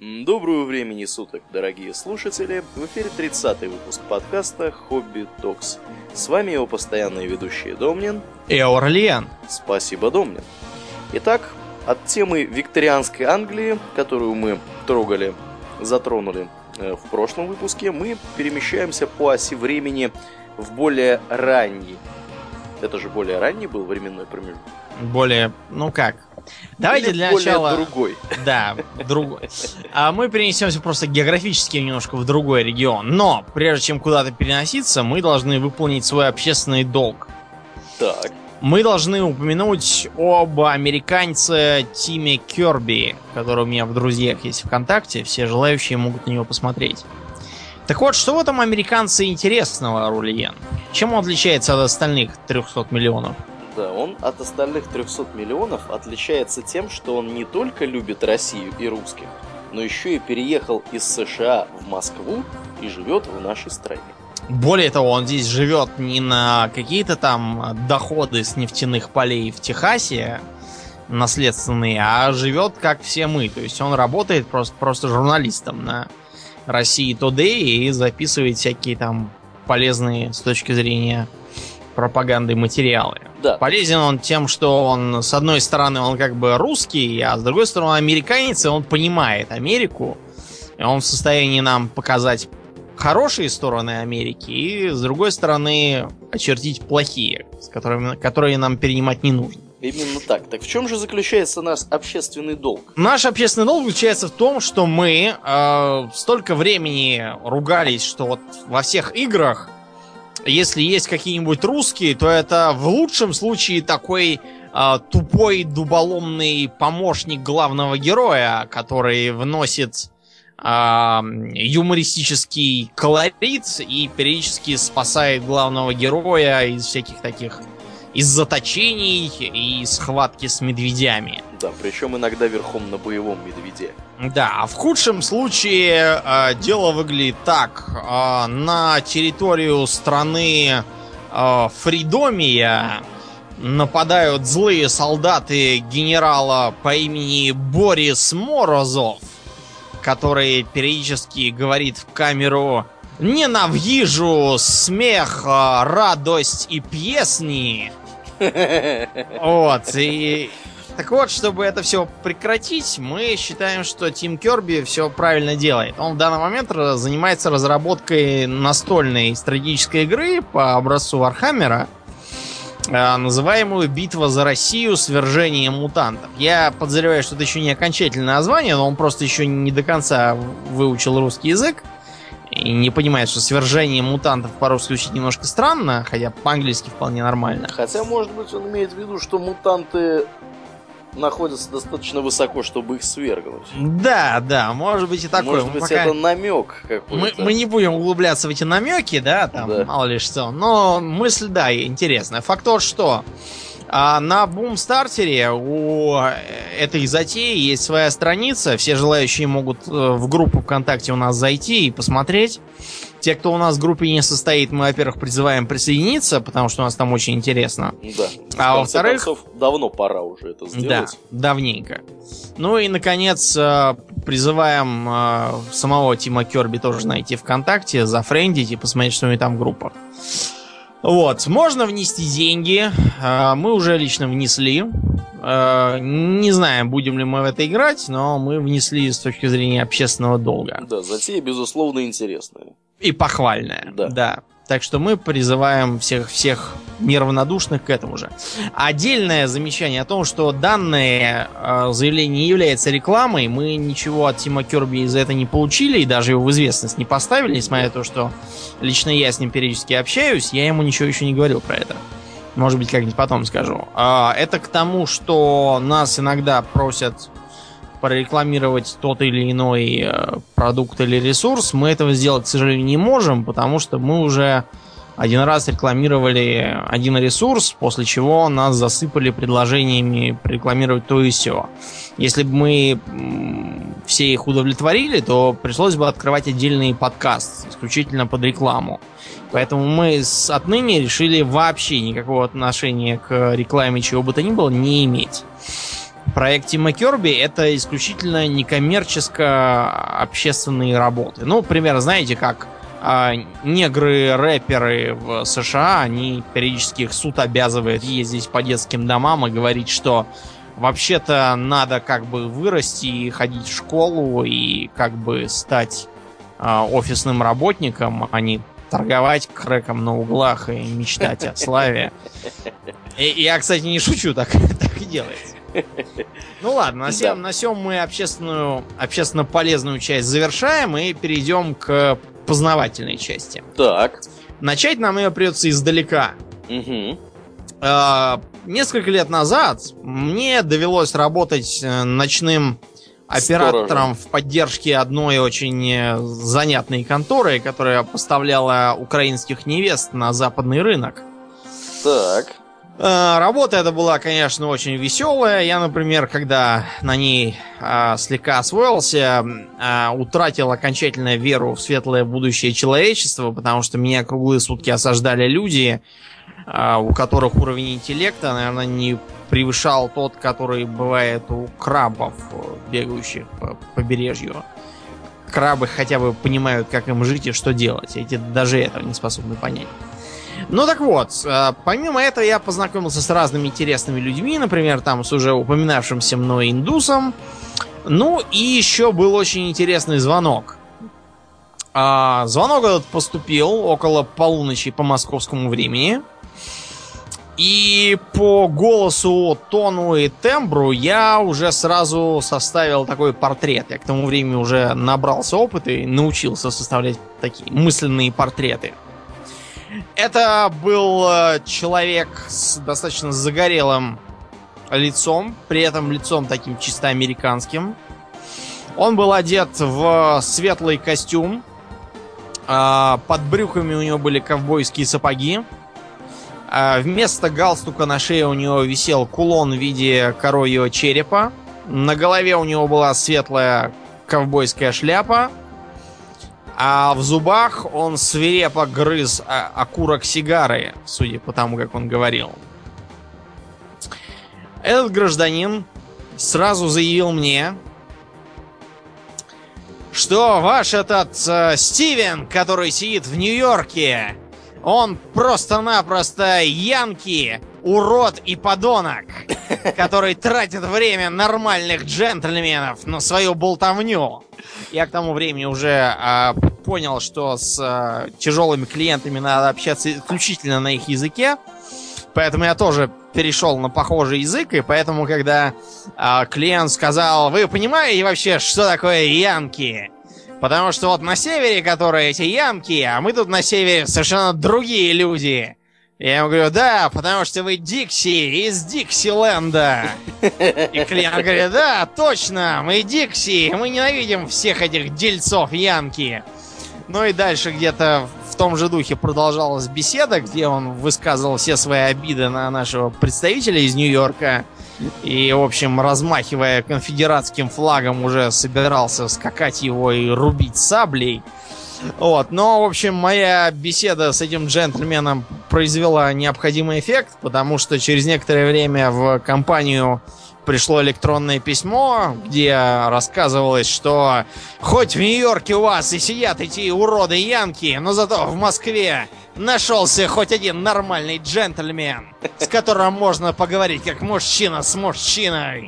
Доброго времени суток, дорогие слушатели! В эфире 30-й выпуск подкаста «Хобби Токс». С вами его постоянные ведущие Домнин и Аурлиен. Спасибо, Домнин. Итак, от темы викторианской Англии, которую мы затронули в прошлом выпуске, мы перемещаемся по оси времени в более ранний. Это же более ранний был временной промежуток? Давайте или для более начала... другой. Да, другой. А мы перенесемся просто географически немножко в другой регион. Но, прежде чем куда-то переноситься, мы должны выполнить свой общественный долг. Так. Мы должны упомянуть об американце Тиме Керби, который у меня в друзьях есть ВКонтакте. Все желающие могут на него посмотреть. Так вот, что в этом американце интересного, Аурлиен? Чем он отличается от остальных 300 миллионов? Да, он от остальных 300 миллионов отличается тем, что он не только любит Россию и русских, но еще и переехал из США в Москву и живет в нашей стране. Более того, он здесь живет не на какие-то там доходы с нефтяных полей в Техасе наследственные, а живет как все мы. То есть он работает просто журналистом на России Today и записывает всякие там полезные с точки зрения пропаганды материалы. Да. Полезен он тем, что он, с одной стороны, он как бы русский, а с другой стороны, он американец, и он понимает Америку. И он в состоянии нам показать хорошие стороны Америки и, с другой стороны, очертить плохие, которые нам перенимать не нужно. Именно так. Так в чем же заключается наш общественный долг? Наш общественный долг заключается в том, что мы столько времени ругались, что вот во всех играх, если есть какие-нибудь русские, то это в лучшем случае такой тупой дуболомный помощник главного героя, который вносит юмористический колорит и периодически спасает главного героя из всяких таких из заточений и схватки с медведями. Да, причем иногда верхом на боевом медведе. Да, а в худшем случае дело выглядит так. На территорию страны Фридомия нападают злые солдаты генерала по имени Борис Морозов, который периодически говорит в камеру: «Ненавижу смех, радость и песни». Вот, и... Так вот, чтобы это все прекратить, мы считаем, что Тим Керби все правильно делает. Он в данный момент занимается разработкой настольной стратегической игры по образцу Вархаммера, называемую «Битва за Россию. Свержение мутантов». Я подозреваю, что это еще не окончательное название, но он просто еще не до конца выучил русский язык и не понимает, что свержение мутантов по-русски звучит немножко странно, хотя по-английски вполне нормально. Хотя, может быть, он имеет в виду, что мутанты находятся достаточно высоко, чтобы их свергнуть. Да, может быть и такое. Может быть, это намек какой-то. Мы не будем углубляться в эти намеки, да, там, да. Мало ли что. Но мысль, да, интересная. Факт тот, что на Бумстартере у этой затеи есть своя страница. Все желающие могут в группу ВКонтакте у нас зайти и посмотреть. Те, кто у нас в группе не состоит, мы, во-первых, призываем присоединиться, потому что у нас там очень интересно. Да. А во-вторых... давно пора уже это сделать. Да, давненько. Ну и, наконец, призываем самого Тима Керби тоже найти ВКонтакте, зафрендить и посмотреть, что у него там в группах. Вот, можно внести деньги. Мы уже лично внесли. Не знаем, будем ли мы в это играть, но мы внесли с точки зрения общественного долга. Да, затея, безусловно, интересная. И похвальная. Да. Так что мы призываем всех неравнодушных к этому же. Отдельное замечание о том, что данное заявление не является рекламой. Мы ничего от Тима Керби за это не получили и даже его в известность не поставили, несмотря на то, что лично я с ним периодически общаюсь, я ему ничего еще не говорил про это. Может быть, как-нибудь потом скажу. Это к тому, что нас иногда просят прорекламировать тот или иной продукт или ресурс. Мы этого сделать, к сожалению, не можем, потому что мы уже один раз рекламировали один ресурс, после чего нас засыпали предложениями прорекламировать то и сё. Если бы мы все их удовлетворили, то пришлось бы открывать отдельный подкаст исключительно под рекламу. Поэтому мы отныне решили вообще никакого отношения к рекламе чего бы то ни было не иметь. проект Тима Керби это исключительно некоммерческо-общественные работы. Ну, примерно, знаете, как негры-рэперы в США, они периодически их суд обязывает ездить по детским домам и говорить, что вообще-то надо как бы вырасти и ходить в школу и как бы стать офисным работником, а не торговать крэком на углах и мечтать о славе. И я, кстати, не шучу, так и делается. Ну ладно, на сём мы общественно полезную часть завершаем и перейдем к познавательной части. Так. Начать нам ее придется издалека. Угу. Несколько лет назад мне довелось работать ночным оператором в поддержке одной очень занятной конторы, которая поставляла украинских невест на западный рынок. Так. Работа эта была, конечно, очень веселая. Я, например, когда на ней слегка освоился, утратил окончательно веру в светлое будущее человечества, потому что меня круглые сутки осаждали люди, у которых уровень интеллекта, наверное, не превышал тот, который бывает у крабов, бегающих по побережью. Крабы хотя бы понимают, как им жить и что делать. Эти даже этого не способны понять. Ну так вот, помимо этого я познакомился с разными интересными людьми, например, там с уже упоминавшимся мной индусом. Ну и еще был очень интересный звонок. Звонок этот поступил около полуночи по московскому времени. И по голосу, тону и тембру я уже сразу составил такой портрет. Я к тому времени уже набрался опыта и научился составлять такие мысленные портреты. Это был человек с достаточно загорелым лицом, при этом лицом таким чисто американским. Он был одет в светлый костюм. Под брюками у него были ковбойские сапоги. Вместо галстука на шее у него висел кулон в виде коровьего черепа. На голове у него была светлая ковбойская шляпа. А в зубах он свирепо грыз окурок сигары, судя по тому, как он говорил. Этот гражданин сразу заявил мне, что ваш этот Стивен, который сидит в Нью-Йорке, он просто-напросто янки, урод и подонок, который тратит время нормальных джентльменов на свою болтовню. Я к тому времени уже понял, что с тяжелыми клиентами надо общаться исключительно на их языке. Поэтому я тоже перешел на похожий язык. И поэтому, когда клиент сказал: вы понимаете вообще, что такое янки? Потому что вот на севере, которые эти янки, а мы тут на севере совершенно другие люди. Я ему говорю: да, потому что вы Дикси из Диксиленда. И клиент говорит: да, точно, мы Дикси, мы ненавидим всех этих дельцов янки. Ну и дальше где-то в том же духе продолжалась беседа, где он высказывал все свои обиды на нашего представителя из Нью-Йорка. И, в общем, размахивая конфедератским флагом, уже собирался скакать его и рубить саблей. Вот, но, в общем, моя беседа с этим джентльменом произвела необходимый эффект, потому что через некоторое время в компанию пришло электронное письмо, где рассказывалось, что хоть в Нью-Йорке у вас и сидят эти уроды-янки, но зато в Москве нашелся хоть один нормальный джентльмен, с которым можно поговорить как мужчина с мужчиной.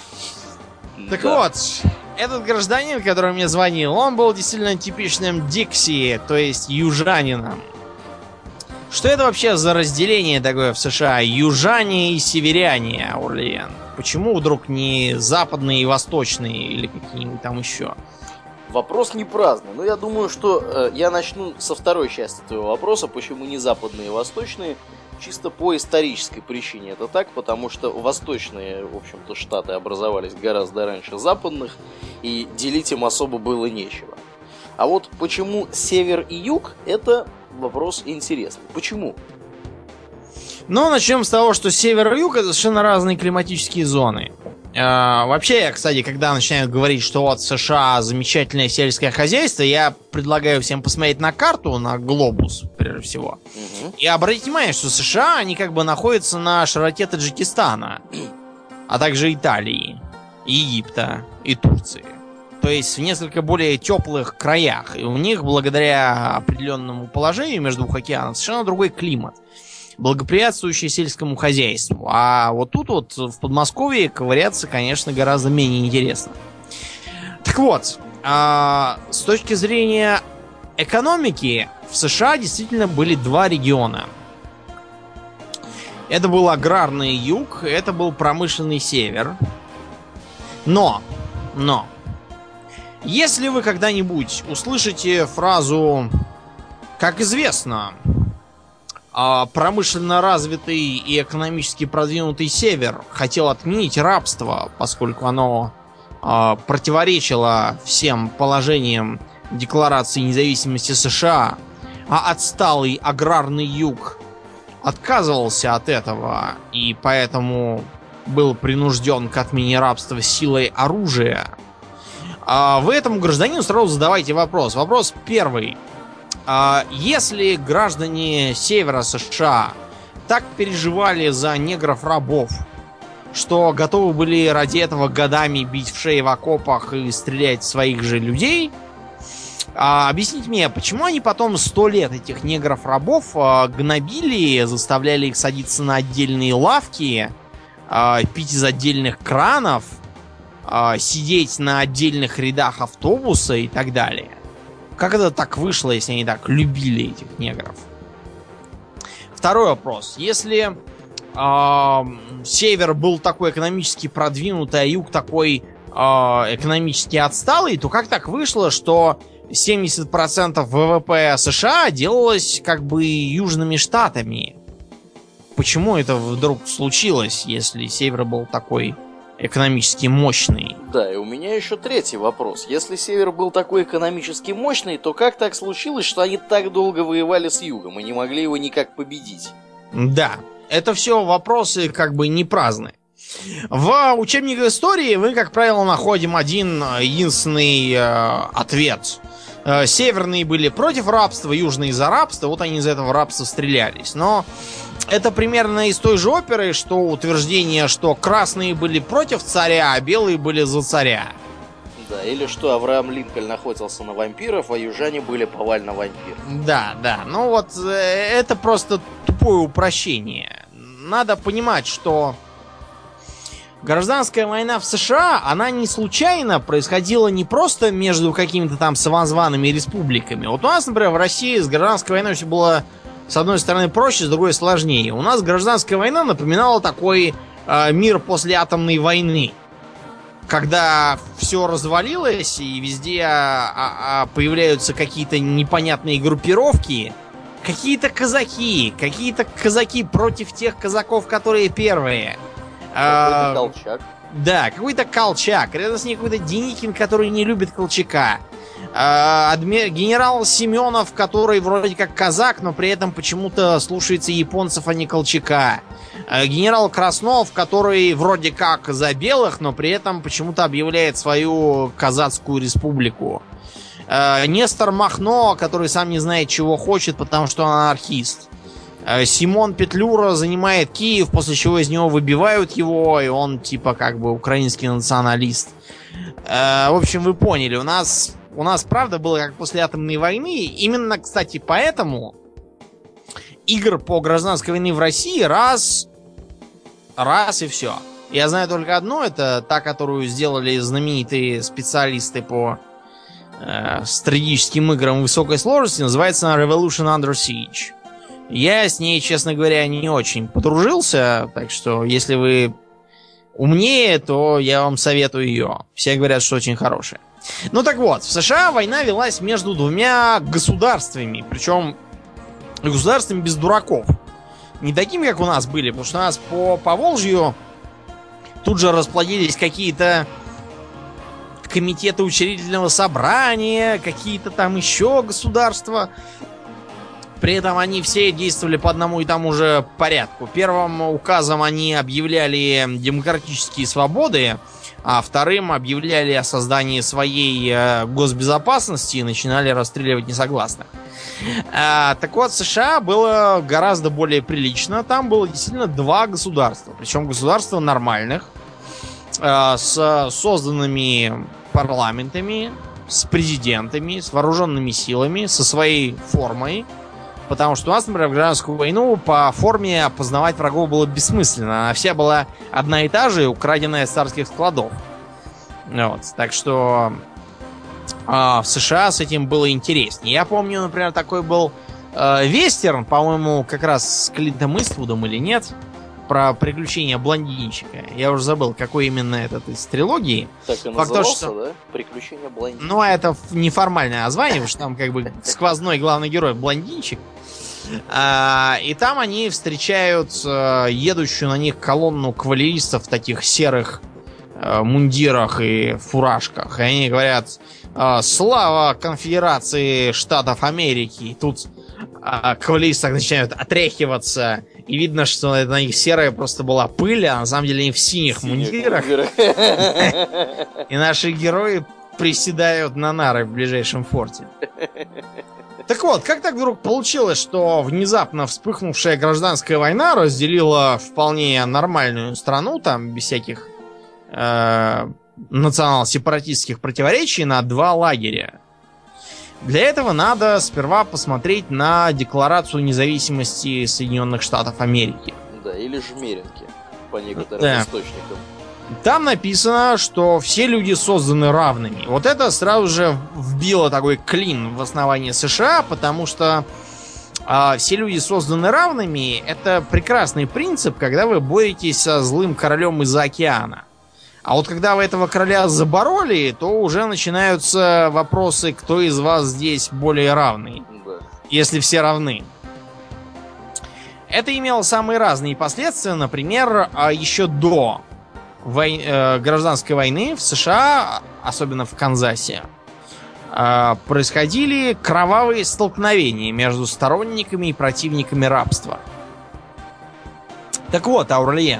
Так вот, этот гражданин, который мне звонил, он был действительно типичным Дикси, то есть южанином. Что это вообще за разделение такое в США? Южане и северяне, Аурлиен? Почему вдруг не западные и восточные или какие-нибудь там еще? Вопрос не праздный, но я думаю, что я начну со второй части твоего вопроса, почему не западные и восточные, чисто по исторической причине. Это так, потому что восточные, в общем-то, штаты образовались гораздо раньше западных, и делить им особо было нечего. А вот почему север и юг, это вопрос интересный. Почему? Ну, начнем с того, что север и юг — это совершенно разные климатические зоны. Вообще, кстати, когда начинают говорить, что вот США замечательное сельское хозяйство, я предлагаю всем посмотреть на карту, на глобус, прежде всего. И обратите внимание, что США, они как бы находятся на широте Таджикистана. а также Италии, Египта и Турции. То есть в несколько более теплых краях. И у них, благодаря определенному положению между двух океанов, совершенно другой климат, благоприятствующий сельскому хозяйству. А вот тут вот в Подмосковье ковыряться, конечно, гораздо менее интересно. Так вот, с точки зрения экономики, в США действительно были два региона. Это был аграрный юг, это был промышленный север. Но, если вы когда-нибудь услышите фразу «как известно», промышленно развитый и экономически продвинутый север хотел отменить рабство, поскольку оно противоречило всем положениям Декларации независимости США, а отсталый аграрный юг отказывался от этого и поэтому был принужден к отмене рабства силой оружия. Вы этому гражданину сразу задавайте вопрос. Вопрос первый. Если граждане севера США так переживали за негров-рабов, что готовы были ради этого годами бить в шеи в окопах и стрелять в своих же людей, объясните мне, почему они потом 100 лет этих негров-рабов гнобили, заставляли их садиться на отдельные лавки, пить из отдельных кранов, сидеть на отдельных рядах автобуса и так далее? Как это так вышло, если они так любили этих негров? Второй вопрос. Если север был такой экономически продвинутый, а юг такой экономически отсталый, то как так вышло, что 70% ВВП США делалось как бы южными штатами? Почему это вдруг случилось, если север был такой экономически мощный? Да, и у меня еще третий вопрос. Если север был такой экономически мощный, то как так случилось, что они так долго воевали с югом и не могли его никак победить? Да, это все вопросы как бы не праздные. В учебниках истории мы, как правило, находим один единственный ответ. Северные были против рабства, южные за рабство, вот они из этого рабства стрелялись. Но это примерно из той же оперы, что утверждение, что красные были против царя, а белые были за царя. Да, или что Авраам Линкольн охотился на вампиров, а южане были повально вампиры. Да, ну вот это просто тупое упрощение. Надо понимать, что гражданская война в США, она не случайно происходила не просто между какими-то там самозваными республиками. Вот у нас, например, в России с гражданской войной все было, с одной стороны, проще, с другой сложнее. У нас гражданская война напоминала такой мир после атомной войны, когда все развалилось и везде появляются какие-то непонятные группировки, какие-то казаки против тех казаков, которые первые. Какой-то Колчак. Да, какой-то Колчак. Рядом с ней какой-то Деникин, который не любит Колчака. Генерал Семенов, который вроде как казак, но при этом почему-то слушается японцев, а не Колчака. Генерал Краснов, который вроде как за белых, но при этом почему-то объявляет свою казацкую республику. Нестор Махно, который сам не знает, чего хочет, потому что он анархист. Симон Петлюра занимает Киев, после чего из него выбивают его, и он типа как бы украинский националист. В общем, вы поняли, у нас правда было как после атомной войны. Именно, кстати, поэтому игр по гражданской войне в России раз и все. Я знаю только одно, это та, которую сделали знаменитые специалисты по стратегическим играм высокой сложности, называется Revolution Under Siege. Я с ней, честно говоря, не очень подружился, так что если вы умнее, то я вам советую ее. Все говорят, что очень хорошая. Ну так вот, в США война велась между двумя государствами, причем государствами без дураков. Не такими, как у нас были, потому что у нас по Поволжью тут же расплодились какие-то комитеты учредительного собрания, какие-то там еще государства. При этом они все действовали по одному и тому же порядку. Первым указом они объявляли демократические свободы, а вторым объявляли о создании своей госбезопасности и начинали расстреливать несогласных. Так вот, в США было гораздо более прилично. Там было действительно два государства. Причем государства нормальных. с созданными парламентами, с президентами, с вооруженными силами, со своей формой. Потому что у нас, например, в гражданскую войну по форме опознавать врагов было бессмысленно. Она вся была одна и та же, украденная с царских складов. Вот. Так что в США с этим было интереснее. Я помню, например, такой был вестерн, по-моему, как раз с Клинтом Иствудом или нет, про приключения блондинчика. Я уже забыл, какой именно этот из трилогии. Так и назывался, да? Приключения блондинчика. Ну, это неформальное название, потому что там как бы сквозной главный герой блондинчик. И там они встречают едущую на них колонну кавалеристов в таких серых мундирах и фуражках. И они говорят: «Слава конфедерации штатов Америки!» И тут кавалеристы начинают отряхиваться. И видно, что на них серая просто была пыль, а на самом деле они в синих мундирах. И наши герои приседают на нары в ближайшем форте. Так вот, как так вдруг получилось, что внезапно вспыхнувшая гражданская война разделила вполне нормальную страну, там, без всяких национал-сепаратистских противоречий, на два лагеря? Для этого надо сперва посмотреть на Декларацию независимости Соединенных Штатов Америки. Да, или жмеринки, по некоторым источникам. Там написано, что все люди созданы равными. Вот это сразу же вбило такой клин в основание США, потому что все люди созданы равными. Это прекрасный принцип, когда вы боретесь со злым королем из-за океана. А вот когда вы этого короля забороли, то уже начинаются вопросы, кто из вас здесь более равный, если все равны. Это имело самые разные последствия. Например, еще до гражданской войны в США, особенно в Канзасе, происходили кровавые столкновения между сторонниками и противниками рабства. Так вот, Аурлиен,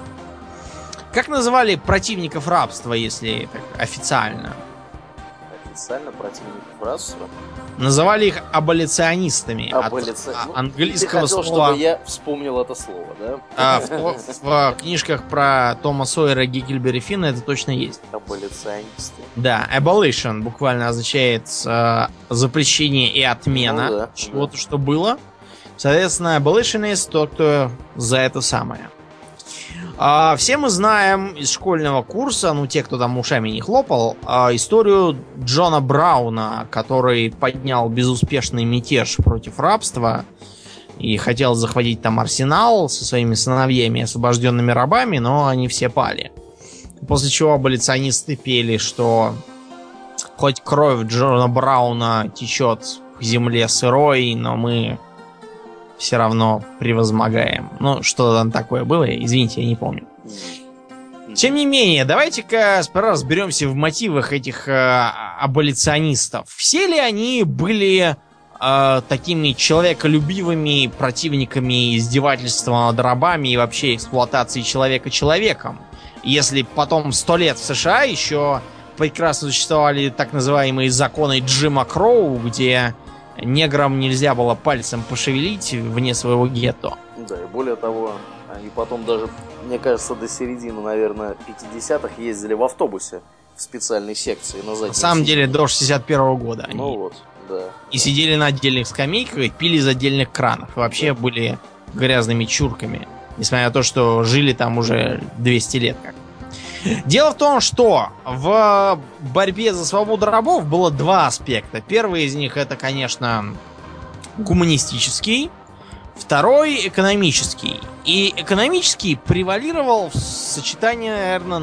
как называли противников рабства, если так официально? Официально противников рабства? Называли их аболиционистами. От английского ты хотел, слова. Чтобы я вспомнил это слово, да? В книжках про Тома Сойера, Геккельбери Финна это точно есть. Аболиционисты. Да, abolition буквально означает запрещение и отмена чего-то, что было. Соответственно, abolitionist тот, кто за это самое. Все мы знаем из школьного курса, ну, те, кто там ушами не хлопал, историю Джона Брауна, который поднял безуспешный мятеж против рабства и хотел захватить там арсенал со своими сыновьями, освобожденными рабами, но они все пали. После чего аболиционисты пели, что хоть кровь Джона Брауна течет в земле сырой, но мы все равно превозмогаем. Ну, что там такое было, извините, я не помню. Тем не менее, давайте-ка сперва разберемся в мотивах этих аболиционистов. Все ли они были такими человеколюбивыми противниками издевательства над рабами и вообще эксплуатации человека человеком? Если потом 100 лет в США еще прекрасно существовали так называемые законы Джима Кроу, где неграм нельзя было пальцем пошевелить вне своего гетто. Да, и более того, они потом даже, мне кажется, до середины, наверное, 50-х ездили в автобусе в специальной секции на заднем. На самом деле, до 61-го года. Ну вот, да. И сидели на отдельных скамейках и пили из отдельных кранов. И вообще были грязными чурками. Несмотря на то, что жили там уже 200 лет как. Дело в том, что в борьбе за свободу рабов было два аспекта. Первый из них это, конечно, гуманистический, второй экономический. И экономический превалировал в сочетании, наверное,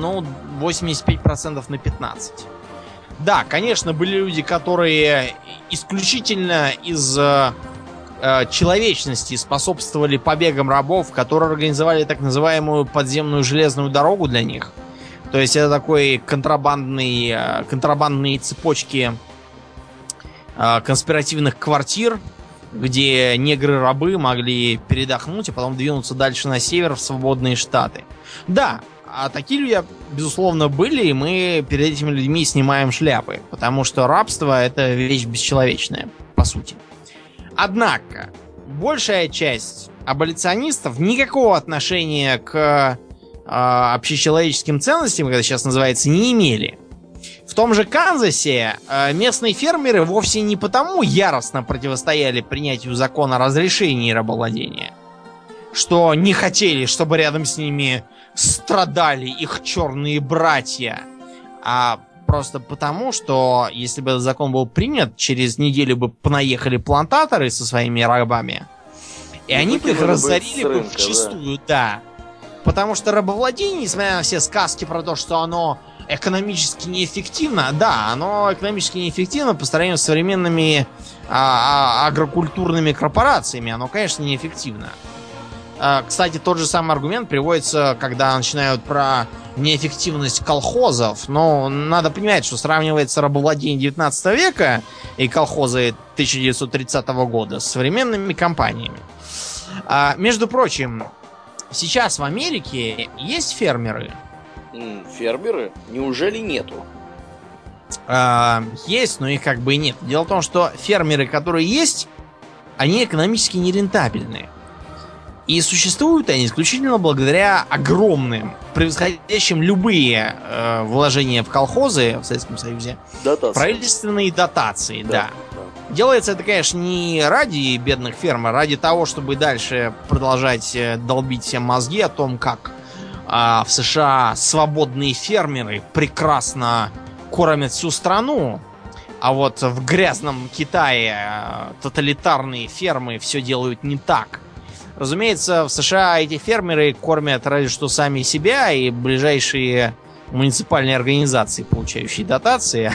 85% на 15%. Да, конечно, были люди, которые исключительно из человечности способствовали побегам рабов, которые организовали так называемую подземную железную дорогу для них. То есть это такой контрабандные цепочки конспиративных квартир, где негры-рабы могли передохнуть, а потом двинуться дальше на север в свободные штаты. Да, а такие люди, безусловно, были, и мы перед этими людьми снимаем шляпы, потому что рабство — это вещь бесчеловечная, по сути. Однако, большая часть аболиционистов никакого отношения к общечеловеческим ценностям, как это сейчас называется, не имели. В том же Канзасе местные фермеры вовсе не потому яростно противостояли принятию закона о разрешении рабовладения, что не хотели, чтобы рядом с ними страдали их черные братья, а просто потому, что если бы этот закон был принят, через неделю бы понаехали плантаторы со своими рабами, и они бы их разорили бы вчистую, да. Потому что рабовладение, несмотря на все сказки про то, что оно экономически неэффективно, да, оно экономически неэффективно по сравнению с современными агрокультурными корпорациями, оно, конечно, неэффективно. Кстати, тот же самый аргумент приводится, когда начинают про неэффективность колхозов. Но надо понимать, что сравнивается рабовладение 19 века и колхозы 1930 года с современными компаниями. Между прочим, сейчас в Америке есть фермеры. Фермеры? Неужели нету? Есть, но их как бы и нет. Дело в том, что фермеры, которые есть, они экономически нерентабельны. И существуют они исключительно благодаря огромным, превосходящим любые вложения в колхозы в Советском Союзе, правительственные дотации, да. Делается это, конечно, не ради бедных ферм, а ради того, чтобы дальше продолжать долбить всем мозги о том, как в США свободные фермеры прекрасно кормят всю страну, а вот в грязном Китае тоталитарные фермы все делают не так. Разумеется, в США эти фермеры кормят разве что сами себя и ближайшие муниципальные организации, получающие дотации.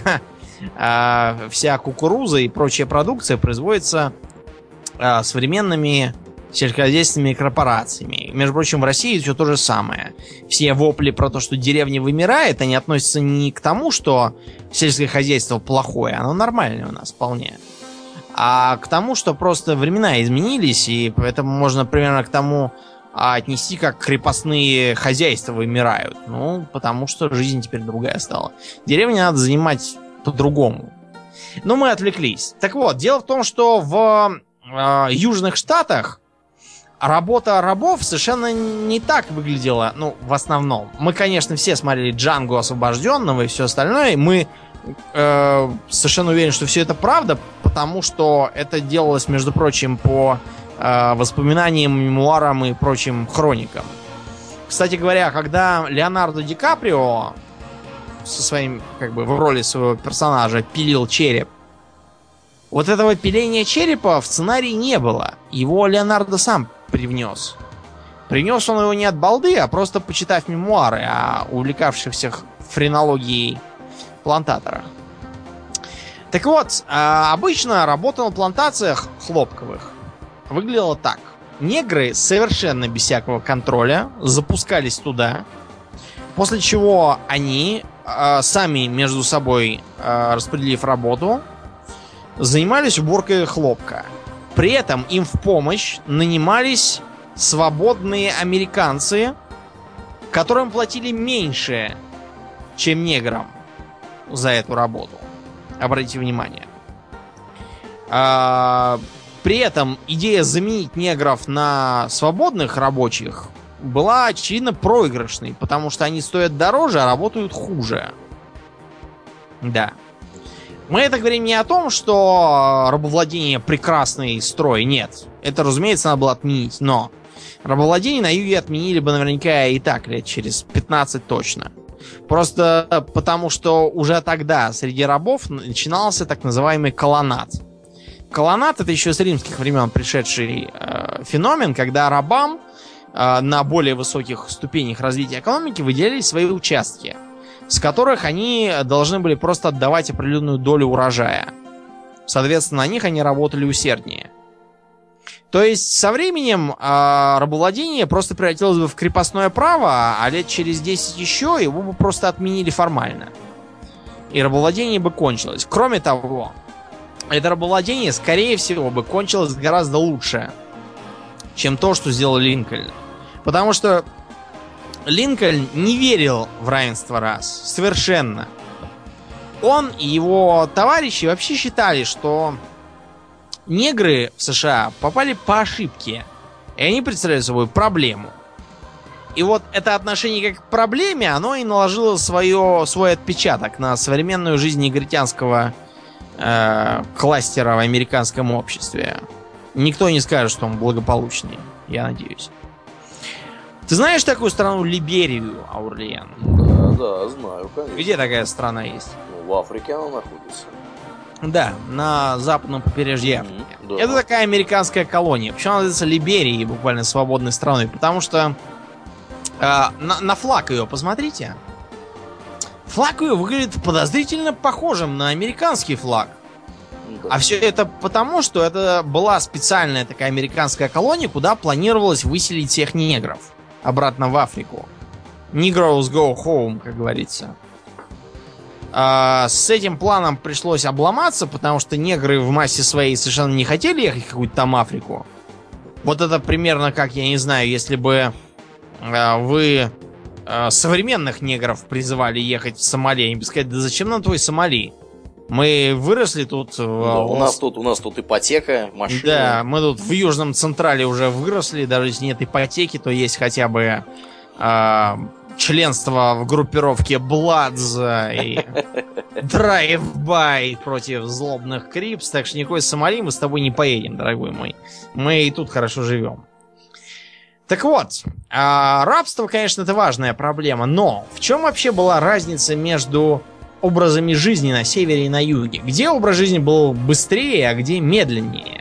Вся кукуруза и прочая продукция производится современными сельскохозяйственными корпорациями. Между прочим, в России все то же самое. Все вопли про то, что деревня вымирает, они относятся не к тому, что сельское хозяйство плохое, оно нормальное у нас вполне, а к тому, что просто времена изменились, и поэтому можно примерно к тому отнести, как крепостные хозяйства вымирают. Ну, потому что жизнь теперь другая стала. Деревню надо занимать по-другому. Но мы отвлеклись. Так вот, дело в том, что в Южных Штатах работа рабов совершенно не так выглядела, ну, в основном. Мы, конечно, все смотрели «Джанго освобожденного» и все остальное, и мы совершенно уверены, что все это правда, потому что это делалось, между прочим, по воспоминаниям, мемуарам и прочим хроникам. Кстати говоря, когда Леонардо Ди Каприо со своим, как бы, в роли своего персонажа пилил череп, вот этого пиления черепа в сценарии не было. Его Леонардо сам привнес. Привнес он его не от балды, а просто почитав мемуары о увлекавшихся френологией плантаторах. Так вот, обычно работа на плантациях хлопковых выглядела так. Негры совершенно без всякого контроля запускались туда, после чего они, сами между собой распределив работу, занимались уборкой хлопка. При этом им в помощь нанимались свободные американцы, которым платили меньше, чем неграм за эту работу. Обратите внимание. При этом идея заменить негров на свободных рабочих была очевидно проигрышной, потому что они стоят дороже, а работают хуже. Да. Мы это говорим не о том, что рабовладение прекрасный строй, нет. Это, разумеется, надо было отменить, но рабовладение на юге отменили бы наверняка и так лет через 15 точно. Просто потому, что уже тогда среди рабов начинался так называемый колонат. Колонат — это еще с римских времен пришедший феномен, когда рабам на более высоких ступенях развития экономики выделили свои участки, с которых они должны были просто отдавать определенную долю урожая. Соответственно, на них они работали усерднее. То есть со временем рабовладение просто превратилось бы в крепостное право, а лет через 10 еще его бы просто отменили формально. И рабовладение бы кончилось. Кроме того, это рабовладение, скорее всего, бы кончилось гораздо лучше, чем то, что сделал Линкольн. Потому что Линкольн не верил в равенство рас. Совершенно. Он и его товарищи вообще считали, что негры в США попали по ошибке. И они представляют собой проблему. И вот это отношение как к проблеме, оно и наложило свой отпечаток на современную жизнь негритянского кластера в американском обществе. Никто не скажет, что он благополучный, я надеюсь. Ты знаешь такую страну Либерию, Аурлиен? Да, знаю, конечно. Где такая страна есть? В Африке она находится. Да, на западном побережье Африки. Да. Это такая американская колония. Почему она называется Либерией, буквально свободной страной? Потому что на флаг ее посмотрите. Флаг ее выглядит подозрительно похожим на американский флаг. Да. А все это потому, что это была специальная такая американская колония, куда планировалось выселить всех негров обратно в Африку. Negroes go home, как говорится. С этим планом пришлось обломаться, потому что негры в массе своей совершенно не хотели ехать в какую-то там Африку. Вот это примерно как, я не знаю, если бы вы современных негров призывали ехать в Сомали, они бы сказали, да зачем нам твой Сомали? Мы выросли тут... Да, у нас тут ипотека, машина. Да, мы тут в Южном Централе уже выросли, даже если нет ипотеки, то есть хотя бы членство в группировке Bloods и Drive-by против злобных Крипс, так что никакой Сомали мы с тобой не поедем, дорогой мой. Мы и тут хорошо живем. Так вот, рабство, конечно, это важная проблема, но в чем вообще была разница между образами жизни на севере и на юге? Где образ жизни был быстрее, а где медленнее?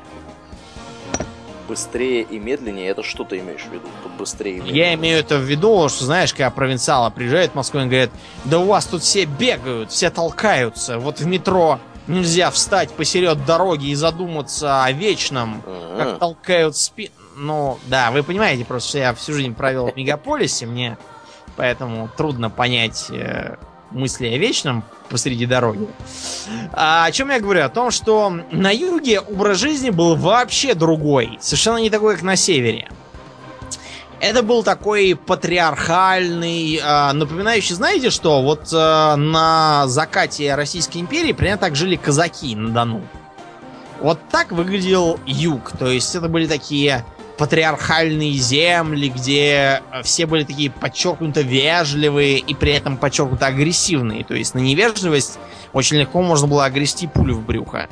Быстрее и медленнее, это что ты имеешь в виду? Тут быстрее и медленнее. Я имею это в виду, что, знаешь, когда провинциалы приезжают в Москву и говорят, да у вас тут все бегают, все толкаются, вот в метро нельзя встать посеред дороги и задуматься о вечном, как толкают спину. Ну, да, вы понимаете, просто что я всю жизнь провел в мегаполисе, мне поэтому трудно понять мысли о вечном посреди дороги. О чем я говорю? О том, что на юге образ жизни был вообще другой. Совершенно не такой, как на севере. Это был такой патриархальный, напоминающий, знаете что? Вот на закате Российской империи примерно так жили казаки на Дону. Вот так выглядел юг. То есть это были такие патриархальные земли, где все были такие подчеркнуто вежливые и при этом подчеркнуто агрессивные. То есть на невежливость очень легко можно было огрести пулю в брюхо.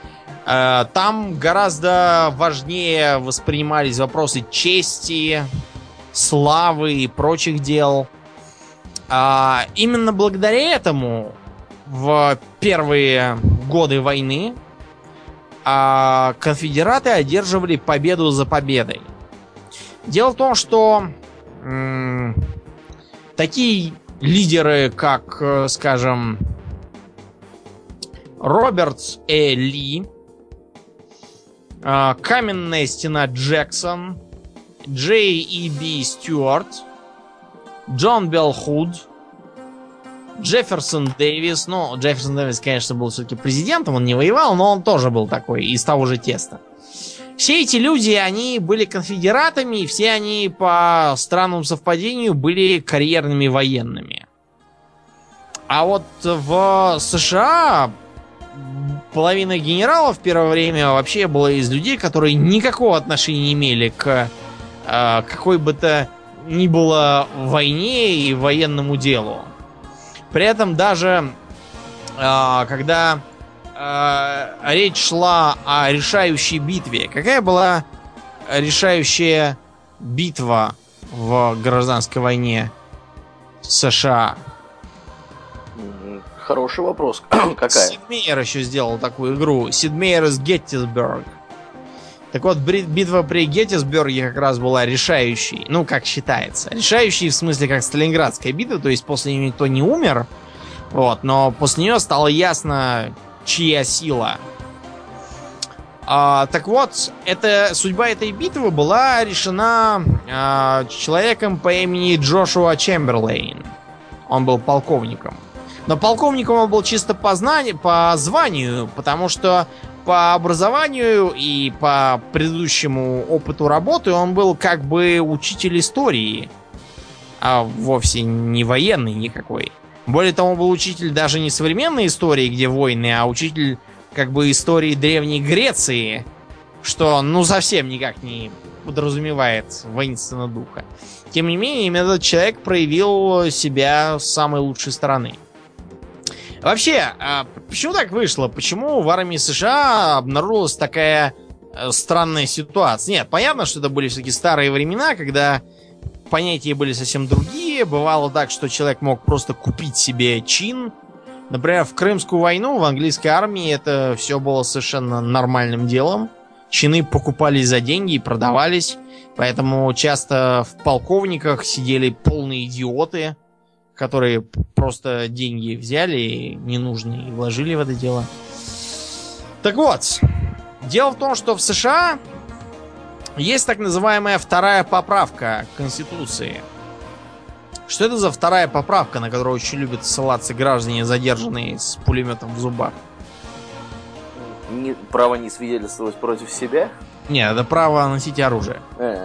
Там гораздо важнее воспринимались вопросы чести, славы и прочих дел. Именно благодаря этому в первые годы войны конфедераты одерживали победу за победой. Дело в том, что такие лидеры, как, скажем, Робертс Ли, Каменная стена Джексон, Джей Би Стюарт, Джон Белл Худ, Джефферсон Дэвис. Ну, Джефферсон Дэвис, конечно, был все-таки президентом, он не воевал, но он тоже был такой, из того же теста. Все эти люди, они были конфедератами, и все они по странному совпадению были карьерными военными. А вот в США половина генералов в первое время вообще была из людей, которые никакого отношения не имели к какой бы то ни было войне и военному делу. При этом даже когда речь шла о решающей битве. Какая была решающая битва в гражданской войне США? Хороший вопрос. Какая? Сид Мейер еще сделал такую игру. Сид Мейер из Геттисберг. Так вот, битва при Геттисберге как раз была решающей. Ну, как считается. Решающей в смысле, как Сталинградская битва. То есть после нее никто не умер. Вот, но после нее стало ясно, чья сила. Так вот, судьба этой битвы была решена человеком по имени Джошуа Чемберлейн. Он был полковником. Но полковником он был чисто по званию, потому что по образованию и по предыдущему опыту работы он был как бы учитель истории, а вовсе не военный никакой. Более того, он был учитель даже не современной истории, где войны, а учитель как бы истории Древней Греции, что ну совсем никак не подразумевает воинственного духа. Тем не менее, именно этот человек проявил себя с самой лучшей стороны. Вообще, почему так вышло? Почему в армии США обнаружилась такая странная ситуация? Нет, понятно, что это были все-таки старые времена, когда понятия были совсем другие. Бывало так, что человек мог просто купить себе чин. Например, в Крымскую войну в английской армии это все было совершенно нормальным делом. Чины покупались за деньги и продавались. Поэтому часто в полковниках сидели полные идиоты, которые просто деньги взяли и ненужные и вложили в это дело. Так вот, дело в том, что в США есть так называемая вторая поправка к Конституции. Что это за вторая поправка, на которую очень любят ссылаться граждане, задержанные с пулеметом в зубах? Право не свидетельствовать против себя? Нет, это право носить оружие.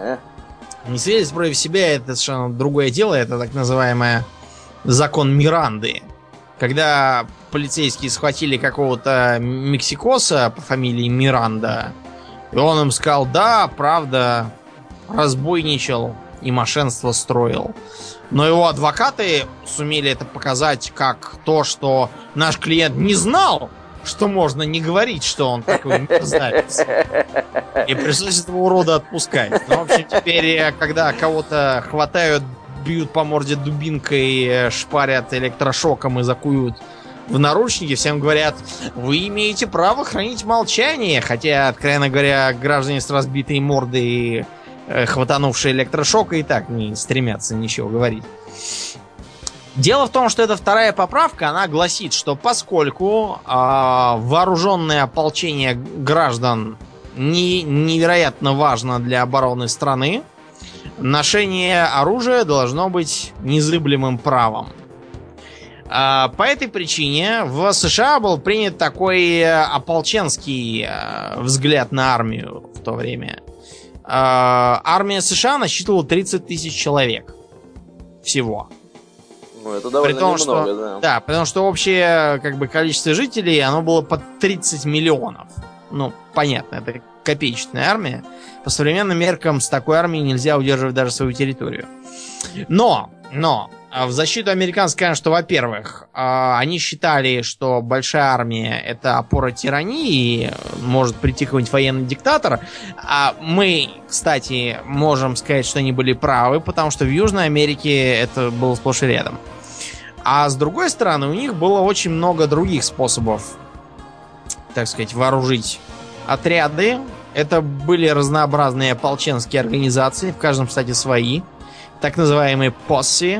Не свидетельствовать против себя — это совершенно другое дело. Это так называемый закон Миранды. Когда полицейские схватили какого-то мексикоса по фамилии Миранда, и он им сказал: да, правда, разбойничал и мошенство строил. Но его адвокаты сумели это показать как то, что наш клиент не знал, что можно не говорить, что он такой мерзавец. И пришлось этого урода отпускать. Ну, в общем, теперь, когда кого-то хватают, бьют по морде дубинкой, шпарят электрошоком и закуют в наручники, всем говорят: вы имеете право хранить молчание. Хотя, откровенно говоря, граждане с разбитой мордой и хватанувшие электрошока и так не стремятся ничего говорить. Дело в том, что эта вторая поправка, она гласит, что поскольку вооруженное ополчение граждан невероятно важно для обороны страны, ношение оружия должно быть незыблемым правом. По этой причине в США был принят такой ополченский взгляд на армию в то время. Армия США насчитывала 30 тысяч человек всего. Ну, это довольно немного, что, да. Да, потому что общее количество жителей, оно было под 30 миллионов. Ну, понятно, это копеечная армия. По современным меркам с такой армией нельзя удерживать даже свою территорию. Но, в защиту американцев скажем, что, во-первых, они считали, что большая армия — это опора тирании, может прийти какой-нибудь военный диктатор. А мы, кстати, можем сказать, что они были правы, потому что в Южной Америке это было сплошь и рядом. А с другой стороны, у них было очень много других способов, так сказать, вооружить отряды. Это были разнообразные ополченские организации, в каждом, кстати, свои, так называемые посси.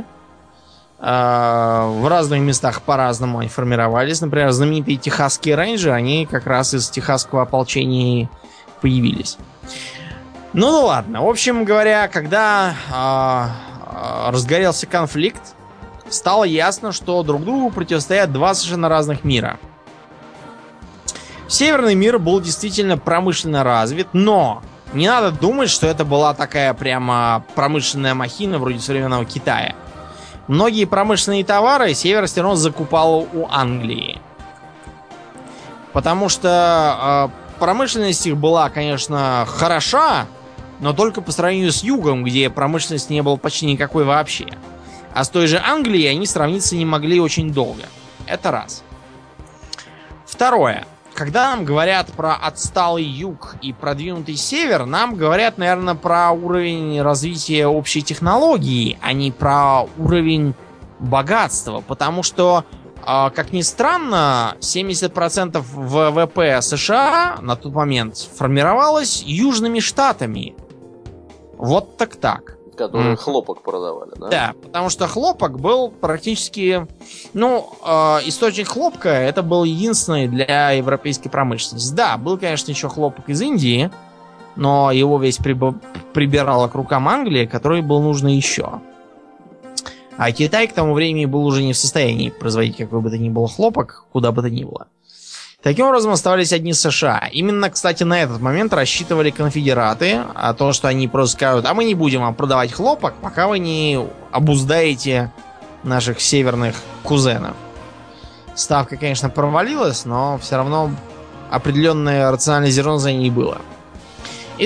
В разных местах по-разному они формировались. Например, знаменитые техасские рейнджеры, они как раз из техасского ополчения появились. Ну ладно. В общем говоря, когда разгорелся конфликт, стало ясно, что друг другу противостоят два совершенно разных мира. Северный мир был действительно промышленно развит, но не надо думать, что это была такая прямо промышленная махина вроде современного Китая. Многие промышленные товары Север все равно закупал у Англии. Потому что промышленность их была, конечно, хороша, но только по сравнению с Югом, где промышленности не было почти никакой вообще. А с той же Англией они сравниться не могли очень долго. Это раз. Второе. Когда нам говорят про отсталый юг и продвинутый север, нам говорят, наверное, про уровень развития общей технологии, а не про уровень богатства. Потому что, как ни странно, 70% ВВП США на тот момент формировалось южными штатами. Вот так. Которые хлопок продавали, да? Да, потому что хлопок был практически... источник хлопка это был единственный для европейской промышленности. Да, был, конечно, еще хлопок из Индии, но его весь прибирала к рукам Англии, которой был нужно еще. А Китай к тому времени был уже не в состоянии производить какой бы то ни было хлопок, куда бы то ни было. Таким образом, оставались одни США. Именно, кстати, на этот момент рассчитывали конфедераты, а то, что они просто скажут: а мы не будем вам продавать хлопок, пока вы не обуздаете наших северных кузенов. Ставка, конечно, провалилась, но все равно определенное рациональное зерно за ней было. Итак,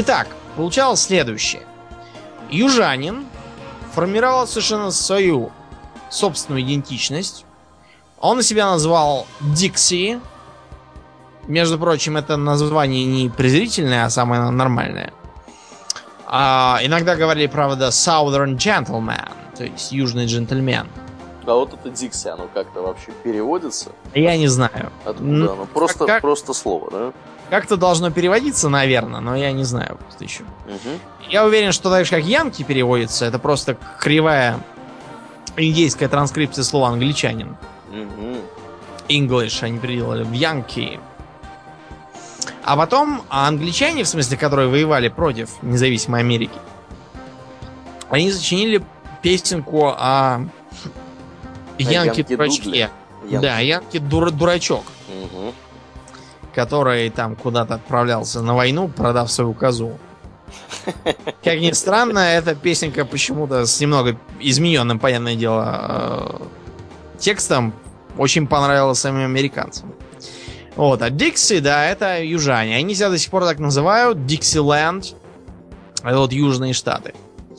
получалось следующее. Южанин формировал совершенно свою собственную идентичность. Он себя назвал Дикси. Между прочим, это название не презрительное, а самое нормальное. Иногда говорили, правда, Southern Gentleman, то есть южный джентльмен. А вот это Дикси, оно как-то вообще переводится? Я не знаю. Откуда оно? Просто слово, да? Как-то должно переводиться, наверное, но я не знаю просто еще. Я уверен, что так же, как Янки переводится, это просто кривая индейская транскрипция слова англичанин. English они переделали в Янки. А потом англичане, в смысле, которые воевали против независимой Америки, они сочинили песенку о Янке-дурачке. Да, Янке-дурачок. Который там куда-то отправлялся на войну, продав свою козу. Как ни странно, эта песенка почему-то с немного измененным, понятное дело, текстом очень понравилась самим американцам. Вот, а Дикси, да, это южане. Они себя до сих пор так называют, Диксиленд. Это вот южные штаты.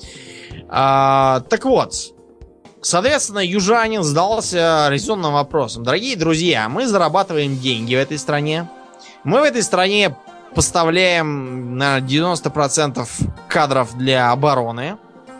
Так вот, соответственно, южанин задался резонным вопросом. Дорогие друзья, мы зарабатываем деньги в этой стране. Мы в этой стране поставляем, наверное, 90% кадров для обороны.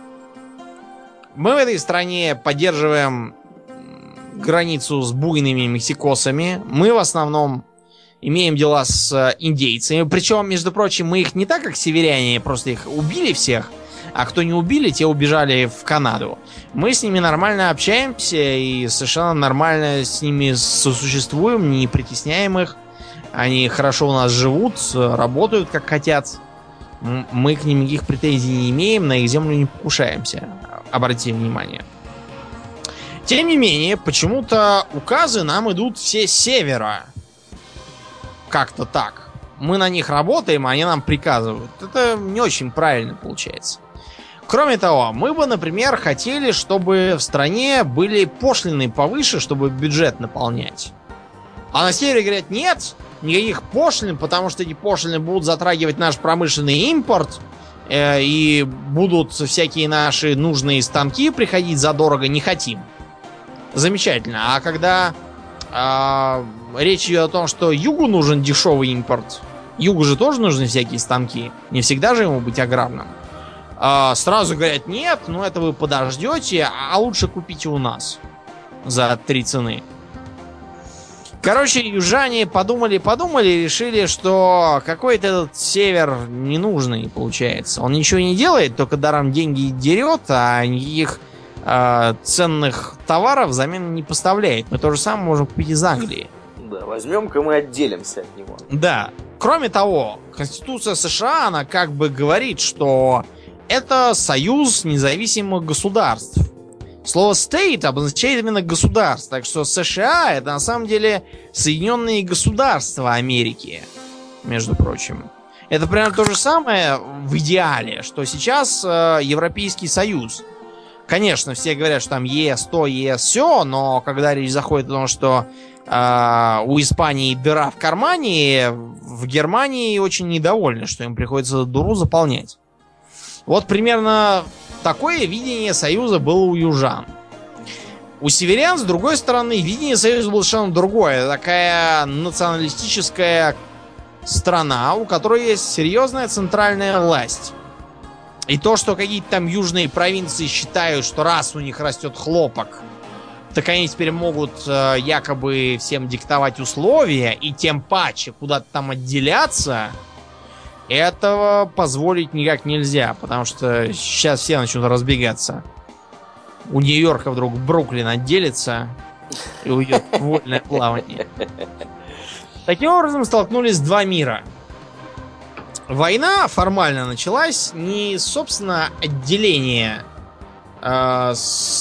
Мы в этой стране поддерживаем границу с буйными мексикосами. Мы в основном имеем дела с индейцами. Причем, между прочим, мы их не так, как северяне, просто их убили всех. А кто не убили, те убежали в Канаду. Мы с ними нормально общаемся и совершенно нормально с ними сосуществуем, не притесняем их. Они хорошо у нас живут, работают как хотят. Мы к ним никаких претензий не имеем, на их землю не покушаемся. Обратите внимание. Тем не менее, почему-то указы нам идут все с севера. Как-то так. Мы на них работаем, а они нам приказывают. Это не очень правильно получается. Кроме того, мы бы, например, хотели, чтобы в стране были пошлины повыше, чтобы бюджет наполнять. А на севере говорят, нет, никаких пошлин, потому что эти пошлины будут затрагивать наш промышленный импорт, и будут всякие наши нужные станки приходить задорого, не хотим. Замечательно. А когда речь идет о том, что югу нужен дешевый импорт, югу же тоже нужны всякие станки, не всегда же ему быть аграрным. Сразу говорят, нет, ну это вы подождете, а лучше купите у нас за 3 цены. Короче, южане подумали и решили, что какой-то этот север ненужный получается. Он ничего не делает, только даром деньги дерет, а никаких ценных товаров взамен не поставляет. Мы то же самое можем купить из Англии. Да, возьмем-ка мы отделимся от него. Да. Кроме того, Конституция США, она как бы говорит, что это союз независимых государств. Слово state обозначает именно государство. Так что США это на самом деле Соединенные Государства Америки, между прочим. Это примерно то же самое в идеале, что сейчас Европейский Союз. Конечно, все говорят, что там ЕС то, ЕС все, но когда речь заходит о том, что у Испании дыра в кармане, в Германии очень недовольны, что им приходится эту дыру заполнять. Вот примерно такое видение Союза было у южан. У северян, с другой стороны, видение Союза было совершенно другое. Это такая националистическая страна, у которой есть серьезная центральная власть. И то, что какие-то там южные провинции считают, что раз у них растет хлопок, так они теперь могут якобы всем диктовать условия, и тем паче куда-то там отделяться, этого позволить никак нельзя, потому что сейчас все начнут разбегаться. У Нью-Йорка вдруг Бруклин отделится и уйдет в вольное плавание. Таким образом столкнулись два мира. Война формально началась не, собственно, отделение от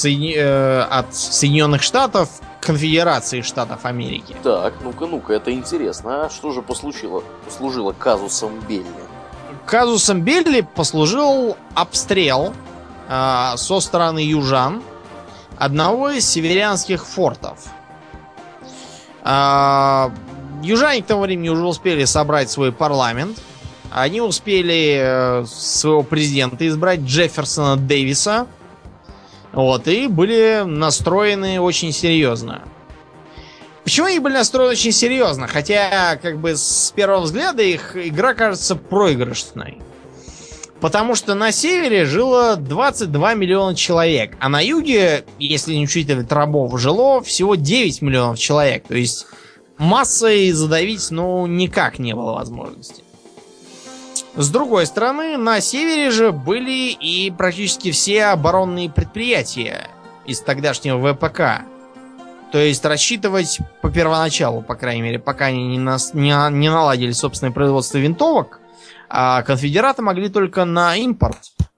Соединенных Штатов Конфедерации Штатов Америки. Так, ну-ка, это интересно. А что же послужило казусом Белли? Казусом Белли послужил обстрел со стороны южан одного из северянских фортов. Южане к тому времени уже успели собрать свой парламент. они успели своего президента избрать, Джефферсона Дэвиса. Вот, и были настроены очень серьезно. Почему они были настроены очень серьезно? Хотя, как бы, с первого взгляда их игра кажется проигрышной. Потому что на севере жило 22 миллиона человек, а на юге, если не учитывать рабов, жило всего 9 миллионов человек. То есть массой задавить, ну, никак не было возможности. С другой стороны, на севере же были и практически все оборонные предприятия из тогдашнего ВПК. То есть рассчитывать по первоначалу, по крайней мере, пока они не наладили собственное производство винтовок, а конфедераты могли только на импорт.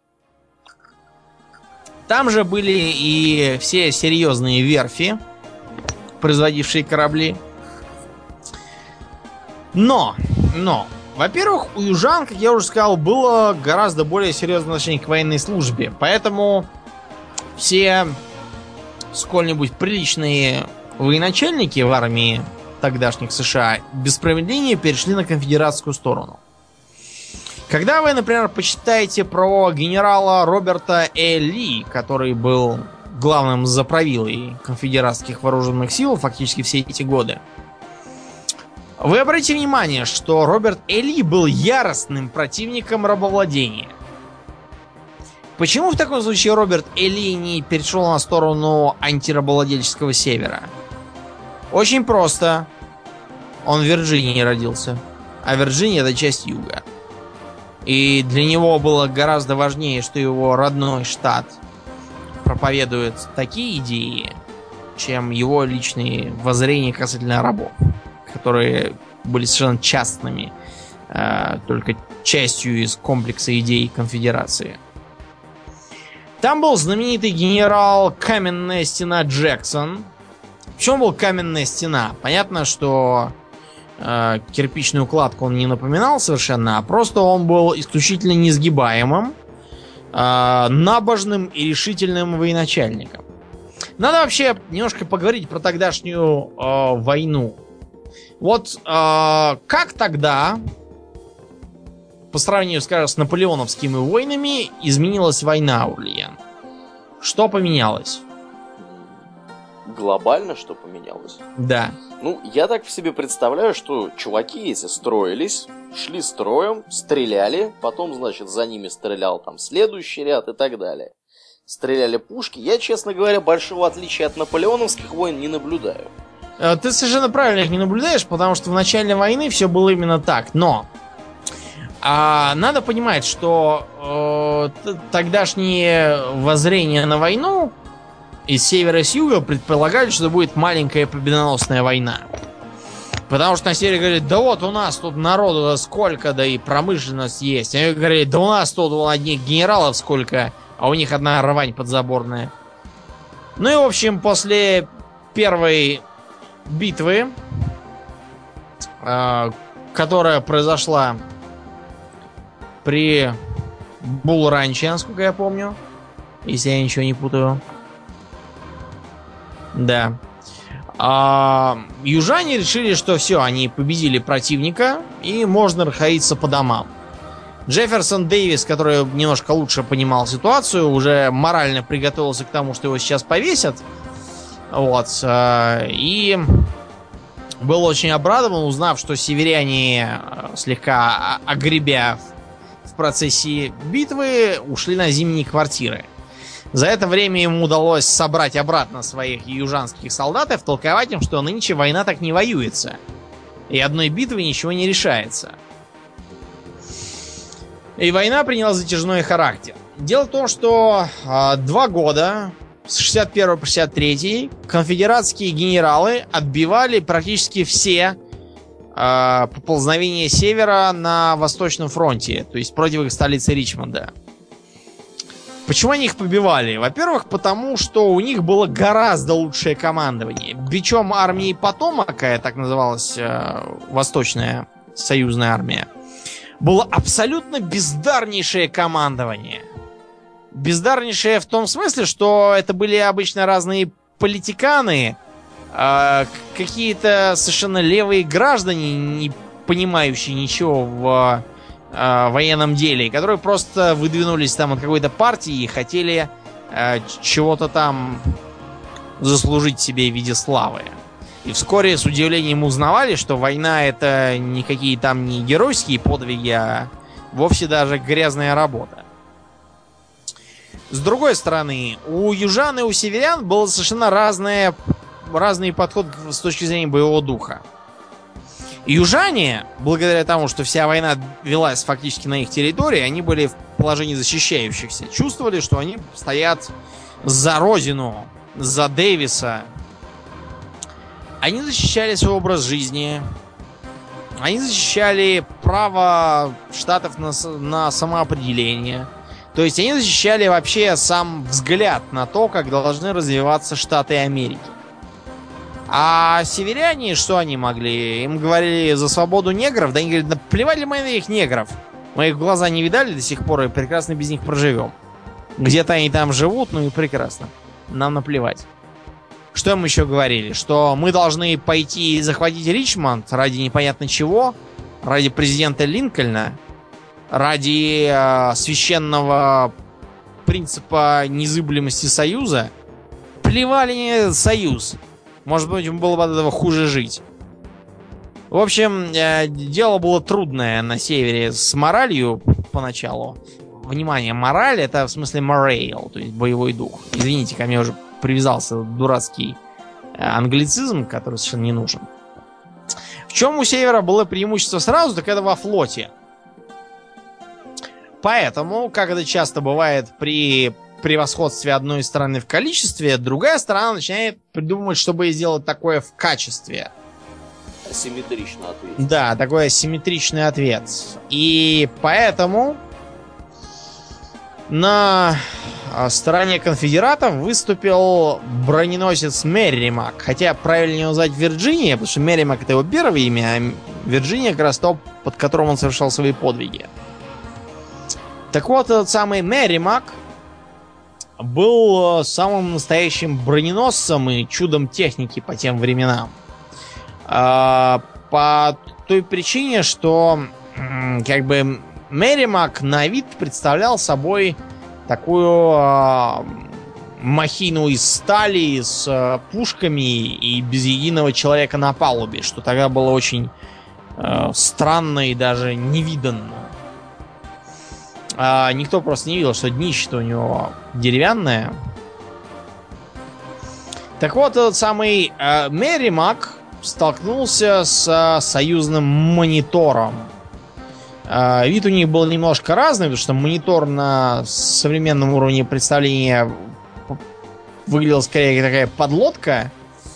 Там же были и все серьезные верфи, производившие корабли. Но, во-первых, у южан, как я уже сказал, было гораздо более серьезное отношение к военной службе. Поэтому все сколь-нибудь приличные военачальники в армии тогдашних США без промедления перешли на конфедератскую сторону. Когда вы, например, почитаете про генерала Роберта Ли, который был главным заправилой конфедератских вооруженных сил фактически все эти годы, вы обратите внимание, что Роберт Ли был яростным противником рабовладения. Почему в таком случае Роберт Ли не перешел на сторону антирабовладельческого севера? Очень просто. Он в Вирджинии родился. А Вирджиния — это часть юга. И для него было гораздо важнее, что его родной штат проповедует такие идеи, чем его личные воззрения касательно рабов, которые были совершенно частными, только частью из комплекса идей конфедерации. Там был знаменитый генерал Каменная Стена Джексон. В чем был Каменная Стена? Понятно, что кирпичную кладку он не напоминал совершенно, а просто он был исключительно несгибаемым, набожным и решительным военачальником. Надо вообще немножко поговорить про тогдашнюю войну. Вот как тогда, по сравнению, скажем, с наполеоновскими войнами, изменилась война, Ульян? Что поменялось? Глобально что поменялось? Да. Ну, я так в себе представляю, что чуваки эти строились, шли строем, стреляли, потом, значит, за ними стрелял там следующий ряд и так далее. Стреляли пушки. Я, честно говоря, большого отличия от наполеоновских войн не наблюдаю. Ты совершенно правильно их не наблюдаешь, потому что в начале войны все было именно так. Но надо понимать, что тогдашние воззрения на войну из севера и с юга предполагали, что будет маленькая победоносная война. Потому что на севере говорят, да вот у нас тут народу сколько, да и промышленность есть. Они говорят, да у нас тут одних генералов сколько, а у них одна рвань подзаборная. Ну и в общем, после первой битвы, которая произошла при Булл-Ранче, насколько я помню, если я ничего не путаю. Да. Южане решили, что все, они победили противника, и можно расходиться по домам. Джефферсон Дэвис, который немножко лучше понимал ситуацию, уже морально приготовился к тому, что его сейчас повесят. Вот. И был очень обрадован, узнав, что северяне, слегка огребя в процессе битвы, ушли на зимние квартиры. За это время ему удалось собрать обратно своих южанских солдат и втолковать им, что нынче война так не воюется. И одной битвой ничего не решается. И война приняла затяжной характер. Дело в том, что 2 года, с 61 по 63, конфедератские генералы отбивали практически все поползновения севера на Восточном фронте, то есть против их столицы Ричмонда. Почему они их побивали? Во-первых, потому что у них было гораздо лучшее командование. Бичом армии Потомака, так называлась Восточная союзная армия, было абсолютно бездарнейшее командование. Бездарнейшее в том смысле, что это были обычно разные политиканы, какие-то совершенно левые граждане, не понимающие ничего в военном деле, которые просто выдвинулись там от какой-то партии и хотели чего-то там заслужить себе в виде славы. И вскоре с удивлением узнавали, что война — это никакие там не геройские подвиги, а вовсе даже грязная работа. С другой стороны, у южан и у северян был совершенно разный подход с точки зрения боевого духа. Южане, благодаря тому, что вся война велась фактически на их территории, они были в положении защищающихся. Чувствовали, что они стоят за родину, за Дэвиса. Они защищали свой образ жизни. Они защищали право штатов на самоопределение. То есть они защищали вообще сам взгляд на то, как должны развиваться Штаты Америки. А северяне, что они могли? Им говорили за свободу негров, да они говорят, да плевать ли мы на их негров? Мы их в глаза не видали до сих пор и прекрасно без них проживем. Где-то они там живут, ну и прекрасно. Нам наплевать. Что им еще говорили? Что мы должны пойти и захватить Ричмонд ради непонятно чего, ради президента Линкольна, ради священного принципа незыблемости Союза. Плевали они на Союз. Может быть, им было бы от этого хуже жить. В общем, дело было трудное на севере с моралью поначалу. Внимание, мораль — это в смысле morale, то есть боевой дух. Извините, ко мне уже привязался дурацкий англицизм, который совершенно не нужен. В чем у севера было преимущество сразу, так это во флоте. Поэтому, как это часто бывает при превосходстве одной страны в количестве, другая страна начинает придумывать, чтобы сделать такое в качестве. Асимметрично ответ. Да, такой асимметричный ответ. И поэтому на стороне конфедератов выступил броненосец Мерримак. Хотя правильнее назвать Вирджиния, потому что Мерримак — это его первое имя, а Вирджиния как раз то, под которым он совершал свои подвиги. Так вот, этот самый Мерримак был самым настоящим броненосцем и чудом техники по тем временам. По той причине, что как бы Мерримак на вид представлял собой такую махину из стали с пушками и без единого человека на палубе, что тогда было очень странно и даже невиданно. Никто просто не видел, что днище-то у него деревянное. Так вот, этот самый Мерримак столкнулся с союзным монитором. Вид у них был немножко разный, потому что монитор на современном уровне представления выглядел скорее как такая подлодка.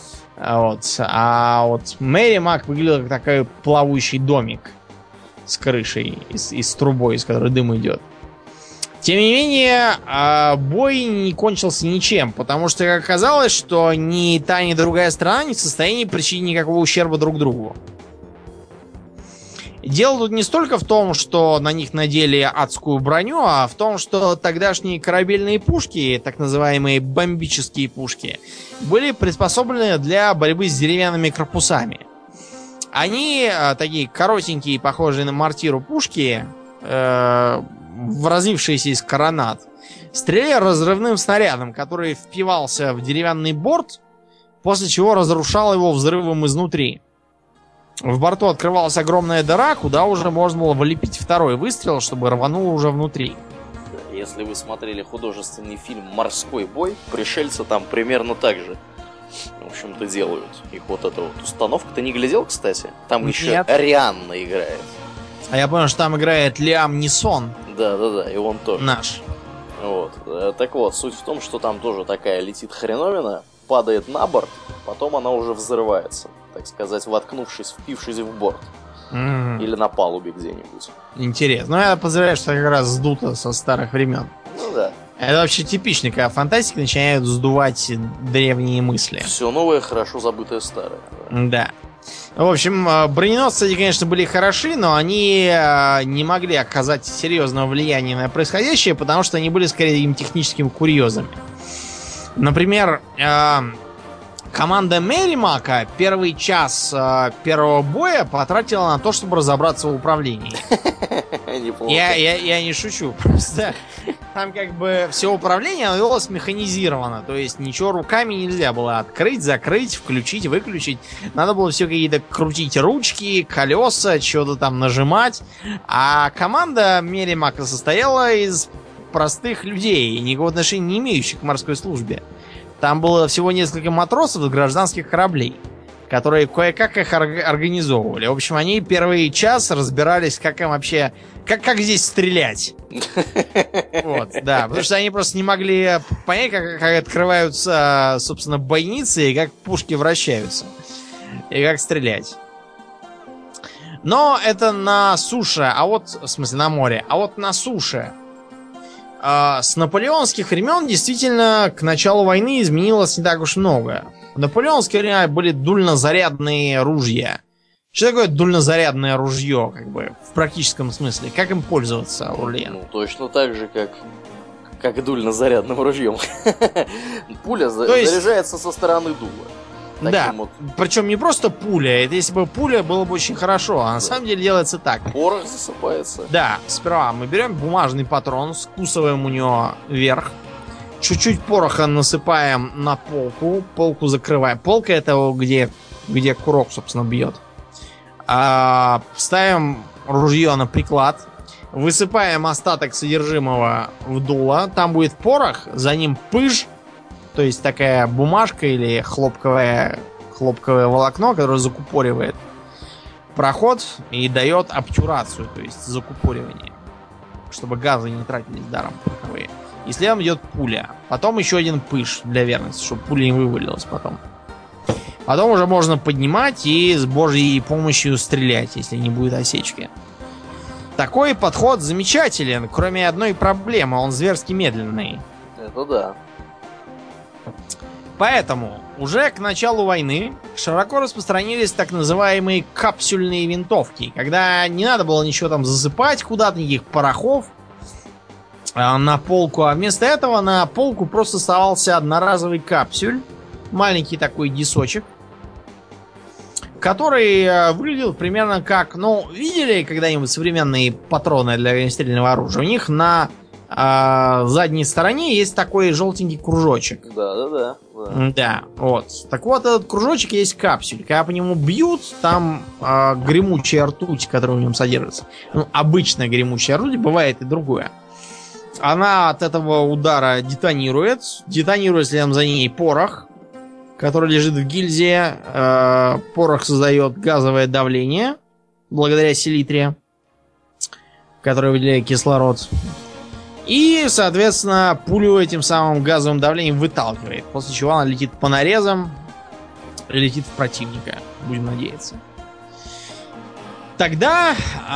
А вот Мерримак выглядел как такой плавающий домик с крышей и с трубой, из которой дым идет. Тем не менее, бой не кончился ничем, потому что оказалось, что ни та, ни другая страна не в состоянии причинить никакого ущерба друг другу. Дело тут не столько в том, что на них надели адскую броню, а в том, что тогдашние корабельные пушки, так называемые бомбические пушки, были приспособлены для борьбы с деревянными корпусами. Они такие коротенькие, похожие на мортиру пушки, развившиеся из коронат, стреляли разрывным снарядом, который впивался в деревянный борт, после чего разрушал его взрывом изнутри. В борту открывалась огромная дыра, куда уже можно было влепить второй выстрел, чтобы рвануло уже внутри. Если вы смотрели художественный фильм «Морской бой», пришельцы там примерно так же, в общем-то, делают. Их вот эта вот установка. Ты не глядел, кстати? Там Нет. еще Рианна играет. А я понял, что там играет Лиам Нисон. Да, и он тоже. Наш. Вот. Так вот, суть в том, что там тоже такая летит хреновина, падает на борт, потом она уже взрывается, так сказать, воткнувшись, впившись в борт. Или на палубе где-нибудь. Интересно. Ну, я подозреваю, что это как раз сдуто со старых времен. Ну да. Это вообще типично, когда фантастика начинают сдувать древние мысли. Все новое, хорошо забытое старое. Да. В общем, броненосцы, эти, конечно, были хороши, но они не могли оказать серьезного влияния на происходящее, потому что они были скорее такими техническими курьезами. Например, команда Мерримака первый час первого боя потратила на то, чтобы разобраться в управлении. Я не шучу. Просто там как бы все управление велось механизировано. То есть ничего руками нельзя было открыть, закрыть, включить, выключить. Надо было все какие-то крутить ручки, колеса, что-то там нажимать. А команда Мерримака состояла из простых людей, никакого отношения не имеющих к морской службе. Там было всего несколько матросов с гражданских кораблей, которые кое-как их организовывали. В общем, они первый час разбирались, как им вообще... Как здесь стрелять. Вот, да. Потому что они просто не могли понять, как открываются, собственно, бойницы и как пушки вращаются. И как стрелять. Но это на суше, а вот... В смысле, на море. А вот на суше... С наполеонских времен действительно к началу войны изменилось не так уж много. В наполеонские времена были дульнозарядные ружья. Что такое дульнозарядное ружье, как бы, в практическом смысле? Как им пользоваться, Урлен? Ну, точно так же, как дульнозарядным ружьем. Пуля заряжается со стороны дула. Да, вот. Причем не просто пуля. Это если бы пуля, было бы очень хорошо. А на самом деле делается так. Порох засыпается. Да, сперва мы берем бумажный патрон, скусываем у него вверх. Чуть-чуть пороха насыпаем на полку. Полку закрываем. Полка это где курок, собственно, бьет. Ставим ружье на приклад. Высыпаем остаток содержимого в дуло. Там будет порох, за ним пыж. То есть такая бумажка или хлопковое волокно, которое закупоривает проход и дает обтюрацию, то есть закупоривание. Чтобы газы не тратились даром пороховые. И следом идет пуля. Потом еще один пыш для верности, чтобы пуля не вывалилась потом. Потом уже можно поднимать и с божьей помощью стрелять, если не будет осечки. Такой подход замечателен, кроме одной проблемы. Он зверски медленный. Это да. Поэтому уже к началу войны широко распространились так называемые капсюльные винтовки, когда не надо было ничего там засыпать куда-то, никаких порохов на полку, а вместо этого на полку просто оставался одноразовый капсюль, маленький такой дисочек, который выглядел примерно как, видели когда-нибудь современные патроны для огнестрельного оружия? У них на задней стороне есть такой желтенький кружочек. Да, вот. Так вот, этот кружочек есть капсюль. Когда по нему бьют, там гремучая ртуть, которая в нем содержится. Обычная гремучая ртуть, бывает и другое. Она от этого удара детонирует. Детонирует следом за ней порох, который лежит в гильзе. Порох создает газовое давление, благодаря селитре, который выделяет кислород. И, соответственно, пулю этим самым газовым давлением выталкивает. После чего она летит по нарезам и летит в противника. Будем надеяться. Тогда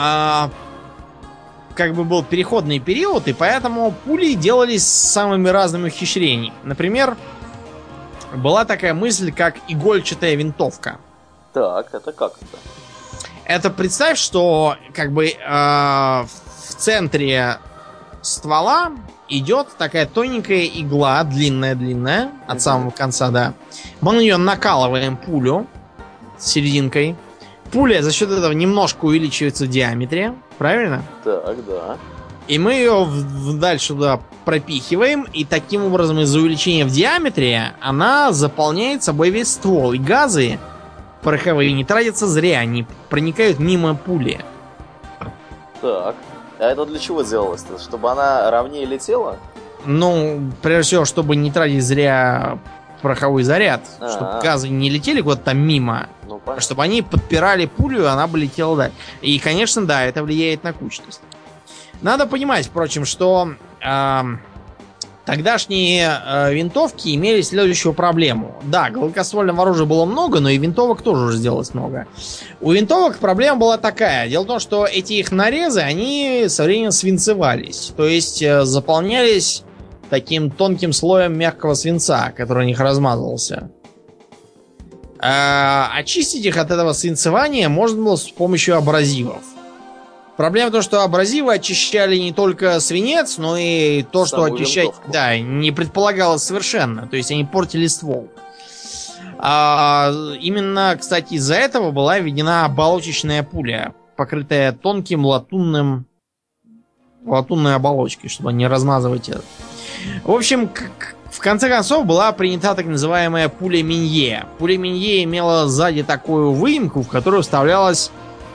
был переходный период, и поэтому пули делались с самыми разными ухищрениями. Например, была такая мысль, как игольчатая винтовка. Так, это как это? Это представь, что в центре ствола идет такая тоненькая игла, длинная, от самого конца, да. Мы на нее накалываем пулю с серединкой. Пуля за счет этого немножко увеличивается в диаметре, правильно? Так, да. И мы ее дальше туда пропихиваем, и таким образом из-за увеличения в диаметре она заполняет собой весь ствол. И газы пороховые не тратятся зря, они проникают мимо пули. Так. А это для чего делалось-то? Чтобы она ровнее летела? Прежде всего, чтобы не тратить зря пороховой заряд. Чтобы газы не летели куда-то там мимо. А чтобы они подпирали пулю, и она бы летела дальше. И, конечно, да, это влияет на кучность. Надо понимать, впрочем, что тогдашние винтовки имели следующую проблему. Да, гладкоствольного оружия было много, но и винтовок тоже уже сделалось много. У винтовок проблема была такая. Дело в том, что эти их нарезы, они со временем свинцевались. То есть заполнялись таким тонким слоем мягкого свинца, который на них размазывался. Очистить их от этого свинцевания можно было с помощью абразивов. Проблема в том, что абразивы очищали не только свинец, но и то, что очищать, не предполагалось совершенно. То есть они портили ствол. Именно, кстати, из-за этого была введена оболочечная пуля, покрытая тонким латунным латунной оболочкой, чтобы не размазывать это. В общем, в конце концов была принята так называемая пуля Минье. Пуля Минье имела сзади такую выемку, в которую вставлялась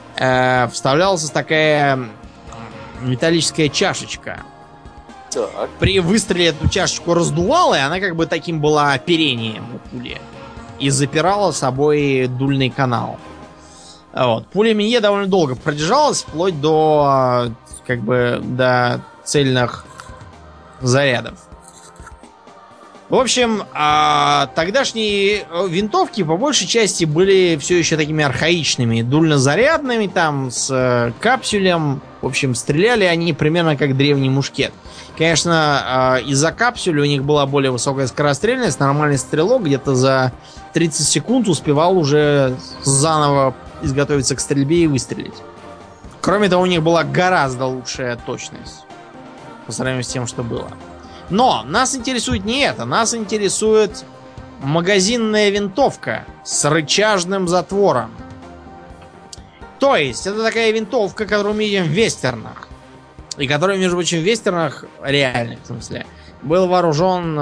такая металлическая чашечка. Так. При выстреле эту чашечку раздувала, и она как бы таким была оперением у пули. И запирала собой дульный канал. Вот. Пуля Минье довольно долго продержалась, вплоть до до цельных зарядов. В общем, тогдашние винтовки по большей части были все еще такими архаичными, дульнозарядными, там, с капсюлем. В общем, стреляли они примерно как древний мушкет. Конечно, из-за капсюля у них была более высокая скорострельность. Нормальный стрелок где-то за 30 секунд успевал уже заново изготовиться к стрельбе и выстрелить. Кроме того, у них была гораздо лучшая точность по сравнению с тем, что было. Но нас интересует не это. Нас интересует магазинная винтовка с рычажным затвором. То есть, это такая винтовка, которую мы видим в вестернах. И которой, между прочим, в вестернах, реальных в смысле, был вооружен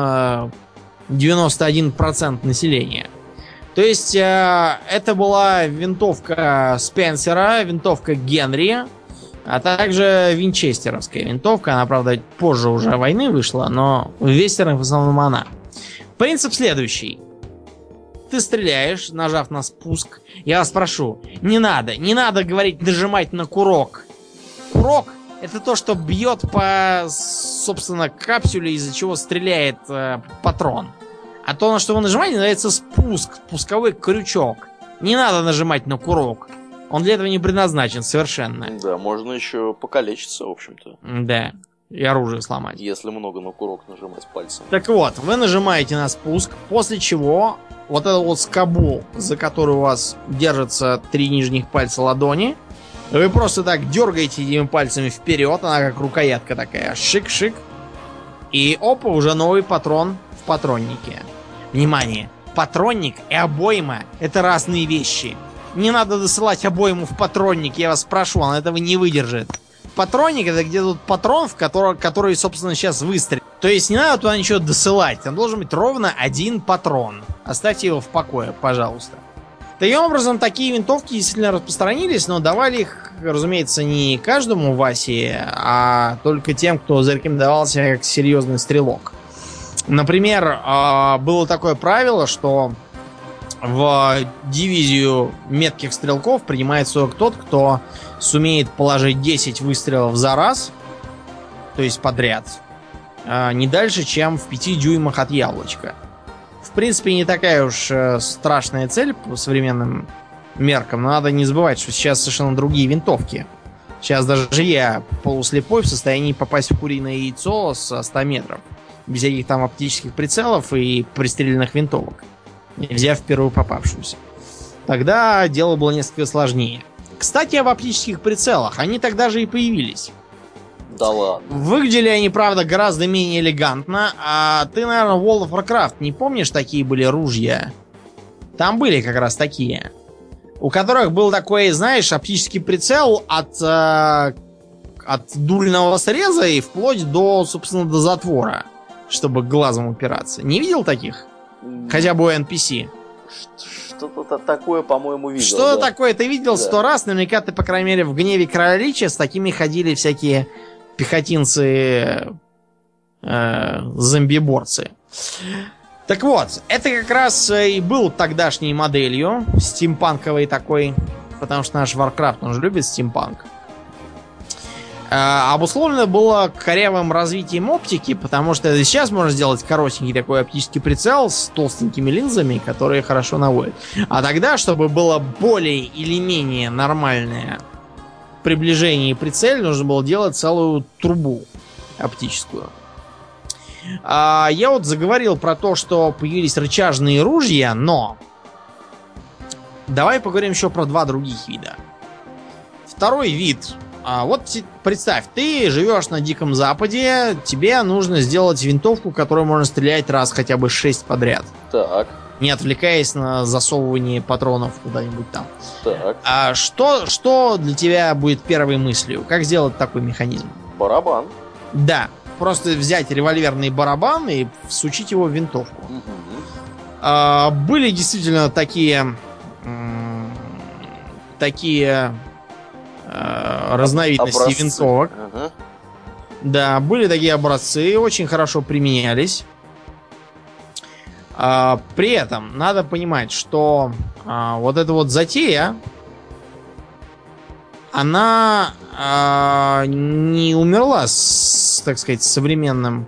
91% населения. То есть, это была винтовка Спенсера, винтовка Генри, а также винчестеровская винтовка. Она, правда, позже уже войны вышла, но в вестернах в основном она. Принцип следующий. Ты стреляешь, нажав на спуск. Я вас прошу, не надо говорить, нажимать на курок. Курок — это то, что бьет по, собственно, капсуле, из-за чего стреляет патрон. А то, на что вы нажимаете, называется спуск, пусковой крючок. Не надо нажимать на курок. Он для этого не предназначен совершенно. Да, можно еще покалечиться, в общем-то. Да, и оружие сломать. Если много на курок нажимать пальцем. Так вот, вы нажимаете на спуск, после чего вот эту вот скобу, за которую у вас держатся 3 нижних пальца ладони, вы просто так дергаете этими пальцами вперед, она как рукоятка такая, шик-шик, и опа, уже новый патрон в патроннике. Внимание, патронник и обойма — это разные вещи. Не надо досылать обойму в патронник, я вас прошу, он этого не выдержит. Патронник — это где тут патрон, в который, собственно, сейчас выстрелит. То есть не надо туда ничего досылать, там должен быть ровно один патрон. Оставьте его в покое, пожалуйста. Таким образом, такие винтовки действительно распространились, но давали их, разумеется, не каждому Васе, а только тем, кто зарекомендовался как серьезный стрелок. Например, было такое правило, что в дивизию метких стрелков принимается только тот, кто сумеет положить 10 выстрелов за раз, то есть подряд, не дальше, чем в 5 дюймах от яблочка. В принципе, не такая уж страшная цель по современным меркам, но надо не забывать, что сейчас совершенно другие винтовки. Сейчас даже я, полуслепой, в состоянии попасть в куриное яйцо со 100 метров, без всяких там оптических прицелов и пристреленных винтовок, взяв первую попавшуюся. Тогда дело было несколько сложнее. Кстати, об оптических прицелах. Они тогда же и появились. Да ладно. Выглядели они, правда, гораздо менее элегантно. А ты, наверное, в World of Warcraft не помнишь, такие были ружья? Там были как раз такие. У которых был такой, знаешь, оптический прицел от дульного среза и вплоть до, собственно, до затвора, чтобы глазом упираться. Не видел таких? Хотя бы у NPC. Что-то такое, по-моему, видел. Что-то такое ты видел 100 раз. Наверняка ты, по крайней мере, в «Гневе Короля Лича» с такими ходили всякие пехотинцы, зомбиборцы. Так вот, это как раз и был тогдашней моделью, стимпанковой такой, потому что наш Warcraft, он же любит стимпанк. Обусловлено было корявым развитием оптики, потому что сейчас можно сделать коротенький такой оптический прицел с толстенькими линзами, которые хорошо наводят. А тогда, чтобы было более или менее нормальное приближение и прицель, нужно было делать целую трубу оптическую. Я вот заговорил про то, что появились рычажные ружья, но давай поговорим еще про 2 других вида. Второй вид. Вот представь, ты живешь на Диком Западе, тебе нужно сделать винтовку, которую можно стрелять раз хотя бы 6 подряд. Так. Не отвлекаясь на засовывание патронов куда-нибудь там. Так. Что для тебя будет первой мыслью? Как сделать такой механизм? Барабан. Да, просто взять револьверный барабан и всучить его в винтовку. Были действительно такие разновидности образцы. Винтовок. Да, были такие образцы, очень хорошо применялись. При этом надо понимать, что вот эта вот затея, она не умерла так сказать, современном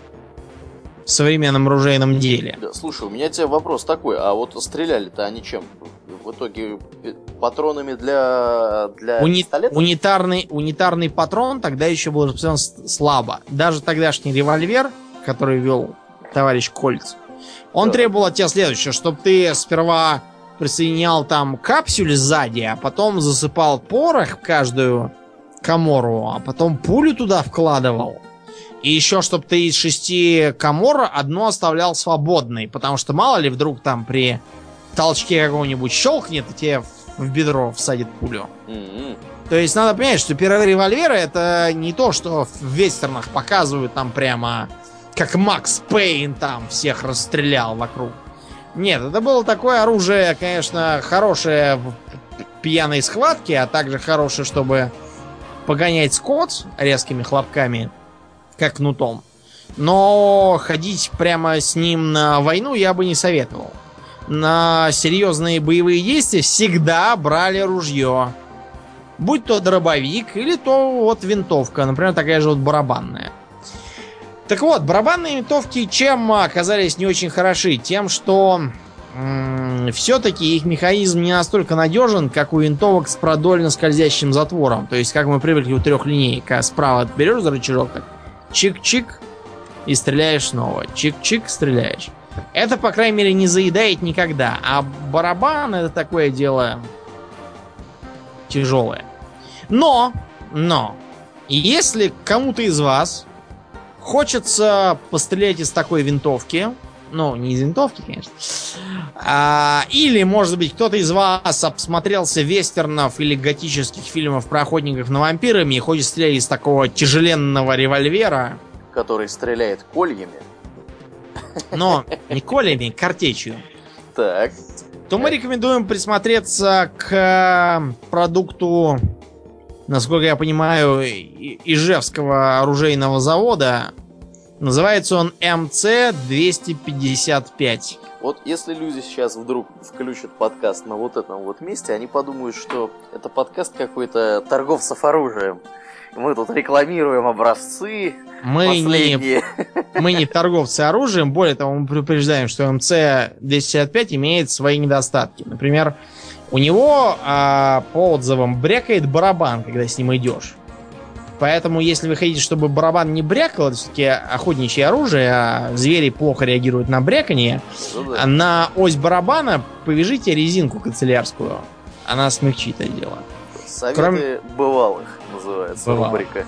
оружейном деле. Да, слушай, у меня тебе вопрос такой, а вот стреляли-то они чем? В итоге патронами для пистолета? Унитарный патрон тогда еще был распространен слабо. Даже тогдашний револьвер, который вел товарищ Кольц, он требовал от тебя следующее, чтобы ты сперва присоединял там капсюль сзади, а потом засыпал порох в каждую камору, а потом пулю туда вкладывал. И еще, чтобы ты из 6 камор одну оставлял свободной, потому что мало ли вдруг там при толчке какого-нибудь щелкнет и тебе в бедро всадит пулю. То есть надо понять, что первые револьверы это не то, что в вестернах показывают там прямо как Макс Пейн там всех расстрелял вокруг. Нет, это было такое оружие, конечно, хорошее в пьяной схватке, а также хорошее, чтобы погонять скот резкими хлопками, как кнутом. Но ходить прямо с ним на войну я бы не советовал. На серьезные боевые действия всегда брали ружье. Будь то дробовик или то вот винтовка, например, такая же вот барабанная. Так вот, барабанные винтовки чем оказались не очень хороши? Тем, что все-таки их механизм не настолько надежен, как у винтовок с продольно скользящим затвором. То есть, как мы привыкли у трехлинеек, когда справа берешь за рычажок, так чик-чик и стреляешь снова. Чик-чик, стреляешь. Это, по крайней мере, не заедает никогда. А барабан это такое дело тяжелое. Но, если кому-то из вас хочется пострелять из такой винтовки, ну, не из винтовки, конечно, или, может быть, кто-то из вас обсмотрелся вестернов или готических фильмов про охотников на вампирами и хочет стрелять из такого тяжеленного револьвера, который стреляет кольями. Но не колями, картечью. Так. То мы рекомендуем присмотреться к продукту, насколько я понимаю, Ижевского оружейного завода. Называется он МЦ-255. Вот если люди сейчас вдруг включат подкаст на вот этом вот месте, они подумают, что это подкаст какой-то торговцев оружием. Мы тут рекламируем образцы последние. Мы не торговцы оружием. Более того, мы предупреждаем, что МЦ-255 имеет свои недостатки. Например, у него по отзывам брякает барабан, когда с ним идешь. Поэтому, если вы хотите, чтобы барабан не брякал, это все-таки охотничье оружие, а звери плохо реагируют на бряканье, на ось барабана повяжите резинку канцелярскую. Она смягчит это дело. Советы бывалых называется рубрика.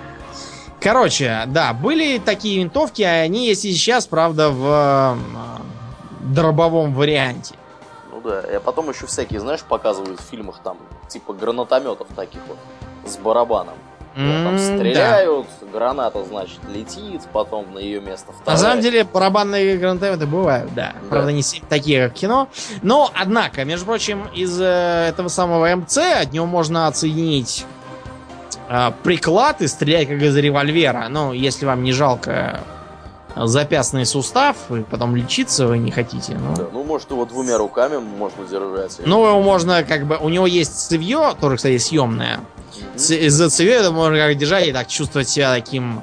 Короче, да, были такие винтовки, они есть и сейчас, правда, в дробовом варианте. Ну да, и потом еще всякие, знаешь, показывают в фильмах там, типа гранатометов таких вот, с барабаном. Там стреляют, да. Граната, значит, летит, потом на ее место вторая. На самом деле, барабанные гранатометы бывают, да. Правда, не такие, как в кино. Но, однако, между прочим, из этого самого МЦ от него можно отсоединить приклад и стрелять как из револьвера. Ну, если вам не жалко запястный сустав, и потом лечиться вы не хотите. Ну, да, ну может, его 2 руками можно держать. Ну, его можно как бы... У него есть цевье, тоже, кстати, съемное. За цевье это можно как держать и так чувствовать себя таким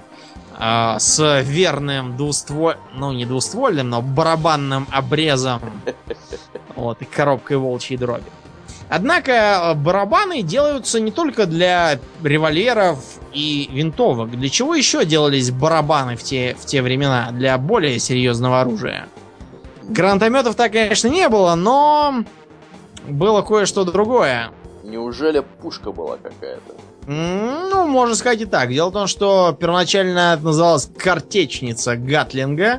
с верным ну, не двуствольным, но барабанным обрезом. Вот, и коробкой волчьей дроби. Однако барабаны делаются не только для револьверов и винтовок. Для чего еще делались барабаны в те времена? Для более серьезного оружия. Гранатометов-то, конечно, не было, но было кое-что другое. Неужели пушка была какая-то? Ну, можно сказать и так. Дело в том, что первоначально это называлась картечница Гатлинга.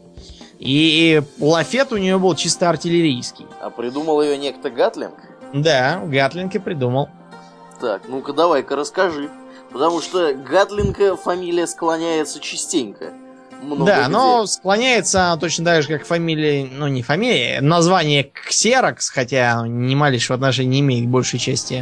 И лафет у нее был чисто артиллерийский. А придумал ее некто Гатлинг? Да, Гатлинг и придумал. Так, ну-ка давай-ка расскажи. Потому что Гатлинга фамилия склоняется частенько. Да, где. Но склоняется точно так же, как фамилия, ну не фамилия, название Xerox, хотя ни малейшего отношения не имеет к большей части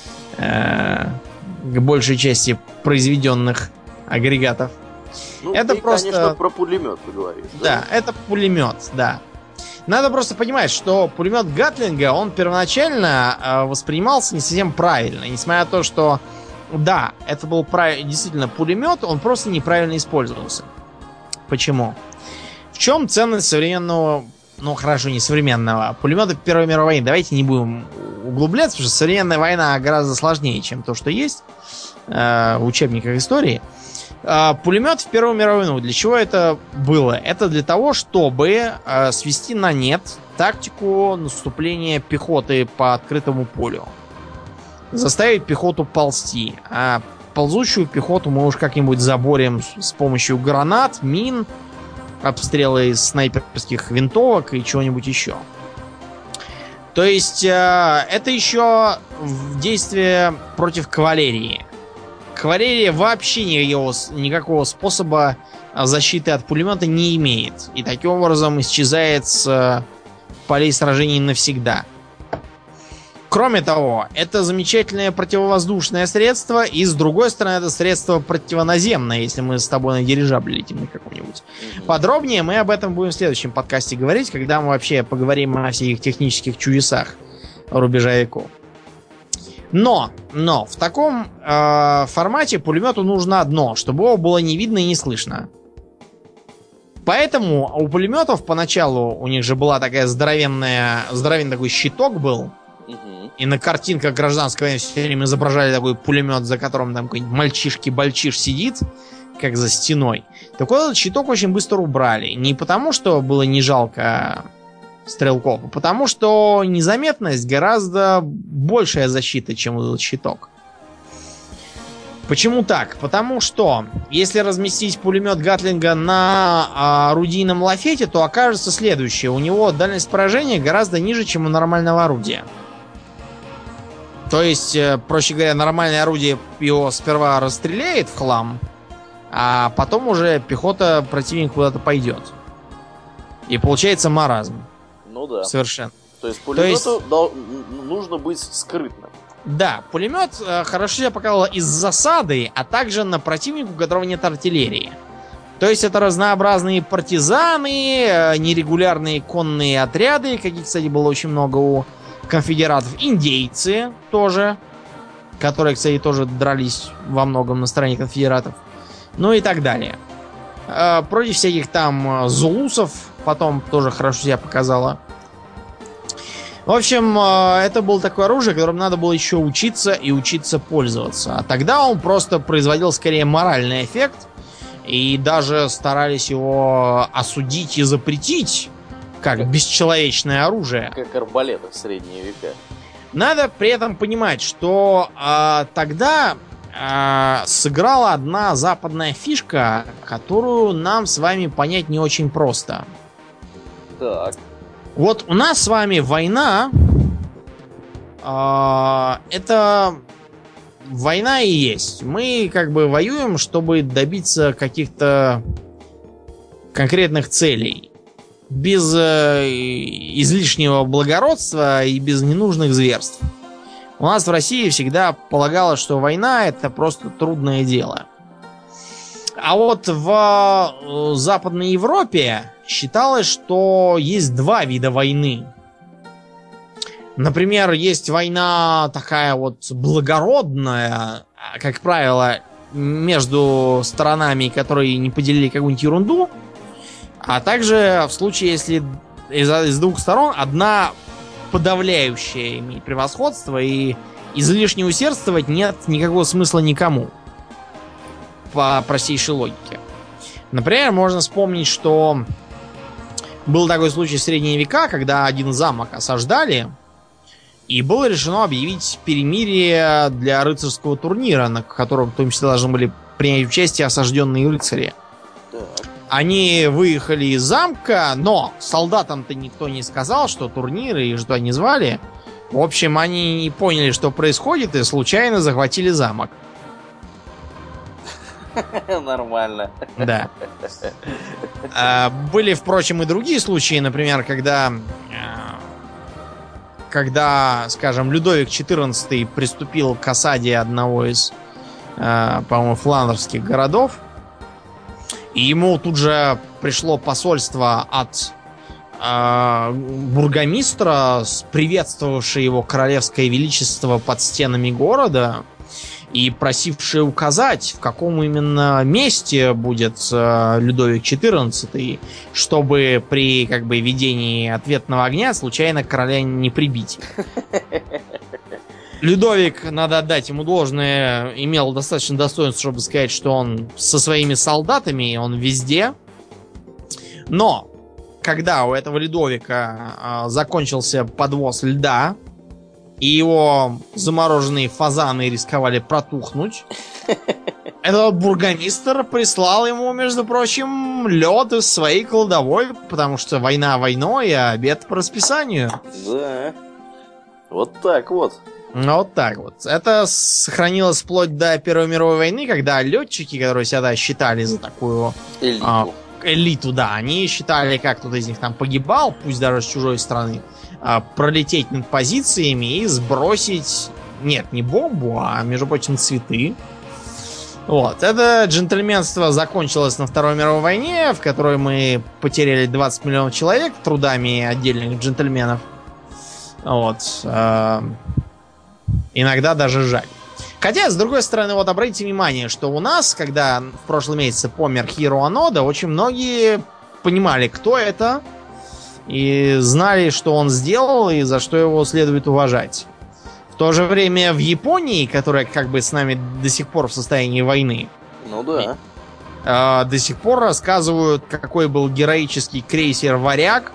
произведенных агрегатов. Ну, это ты, просто, конечно, про пулемет ты говоришь. Да, это пулемет, да. Надо просто понимать, что пулемет Гатлинга, он первоначально воспринимался не совсем правильно. Несмотря на то, что, да, это был действительно пулемет, он просто неправильно использовался. Почему? В чем ценность современного, ну хорошо, не современного, пулемета Первой мировой войны? Давайте не будем углубляться, потому что современная война гораздо сложнее, чем то, что есть в учебниках истории. Пулемет в Первую мировую войну. Для чего это было? Это для того, чтобы свести на нет тактику наступления пехоты по открытому полю. Заставить пехоту ползти. А ползущую пехоту мы уж как-нибудь заборем с помощью гранат, мин, обстрела из снайперских винтовок и чего-нибудь еще. То есть это еще действие против кавалерии. Кавалерия вообще никакого способа защиты от пулемета не имеет. И таким образом исчезает с полей сражений навсегда. Кроме того, это замечательное противовоздушное средство, и с другой стороны, это средство противоназемное, если мы с тобой на дирижабле летим на каком-нибудь. Подробнее мы об этом будем в следующем подкасте говорить, когда мы вообще поговорим о всех технических чудесах рубежа веков. Но в таком формате пулемету нужно одно, чтобы его было не видно и не слышно. Поэтому у пулеметов поначалу, у них же была такая здоровенный такой щиток был, и на картинках гражданской войны все время изображали такой пулемет, за которым там какой-нибудь мальчишки-бальчиш сидит, как за стеной. Так вот, этот щиток очень быстро убрали. Не потому, что было не жалко стрелков, а потому, что незаметность гораздо большая защита, чем этот щиток. Почему так? Потому что, если разместить пулемет Гатлинга на орудийном лафете, то окажется следующее. У него дальность поражения гораздо ниже, чем у нормального орудия. То есть, проще говоря, нормальное орудие его сперва расстреляет в хлам, а потом уже пехота противника куда-то пойдет. И получается маразм. Ну да. Совершенно. То есть пулемету нужно быть скрытным. Да, пулемет хорошо себя показал из засады, а также на противнику, у которого нет артиллерии. То есть это разнообразные партизаны, нерегулярные конные отряды, каких, кстати, было очень много у конфедератов, индейцы тоже, которые, кстати, тоже дрались во многом на стороне конфедератов, ну и так далее. Против всяких там зулусов потом тоже хорошо себя показало. В общем, это было такое оружие, которым надо было еще учиться и учиться пользоваться. А тогда он просто производил скорее моральный эффект, и даже старались его осудить и запретить, как бесчеловечное оружие. Как арбалеты в средние века. Надо при этом понимать, что тогда сыграла одна западная фишка, которую нам с вами понять не очень просто. Так. Вот у нас с вами война, это война и есть. Мы как бы воюем, чтобы добиться каких-то конкретных целей. Без излишнего благородства и без ненужных зверств. У нас в России всегда полагалось, что война это просто трудное дело. А вот в Западной Европе считалось, что есть два вида войны. Например, есть война такая вот благородная, как правило, между сторонами, которые не поделили какую-нибудь ерунду. А также в случае, если из двух сторон одна подавляющая имеет превосходство, и излишне усердствовать нет никакого смысла никому. По простейшей логике. Например, можно вспомнить, что был такой случай в средние века, когда один замок осаждали, и было решено объявить перемирие для рыцарского турнира, на котором в том числе должны были принять участие осажденные рыцари. Они выехали из замка, но солдатам-то никто не сказал, что турниры и что они звали. В общем, они не поняли, что происходит, и случайно захватили замок. Нормально. Да. Были, впрочем, и другие случаи, например, когда, скажем, Людовик XIV приступил к осаде одного из, по-моему, фландерских городов, и ему тут же пришло посольство от бургомистра, приветствовавшее его королевское величество под стенами города и просившее указать, в каком именно месте будет Людовик XIV, чтобы при ведении ответного огня случайно короля не прибить. Людовик, надо отдать ему должное, имел достаточно достоинств, чтобы сказать, что он со своими солдатами, он везде. Но, когда у этого Людовика закончился подвоз льда, и его замороженные фазаны рисковали протухнуть, этот бургомистр прислал ему, между прочим, лед из своей кладовой, потому что война войной, а обед по расписанию. Да, вот так вот. Вот так вот. Это сохранилось вплоть до Первой мировой войны, когда летчики, которые себя считали за такую элиту, да, они считали, как кто-то из них там погибал, пусть даже с чужой страны, пролететь над позициями и сбросить, нет, не бомбу, а, между прочим, цветы. Вот. Это джентльменство закончилось на Второй мировой войне, в которой мы потеряли 20 миллионов человек трудами отдельных джентльменов. Вот. Иногда даже жаль. Хотя, с другой стороны, вот обратите внимание, что у нас, когда в прошлом месяце помер Хиро Онода, очень многие понимали, кто это, и знали, что он сделал, и за что его следует уважать. В то же время в Японии, которая с нами до сих пор в состоянии войны, ну да, до сих пор рассказывают, какой был героический крейсер «Варяг»,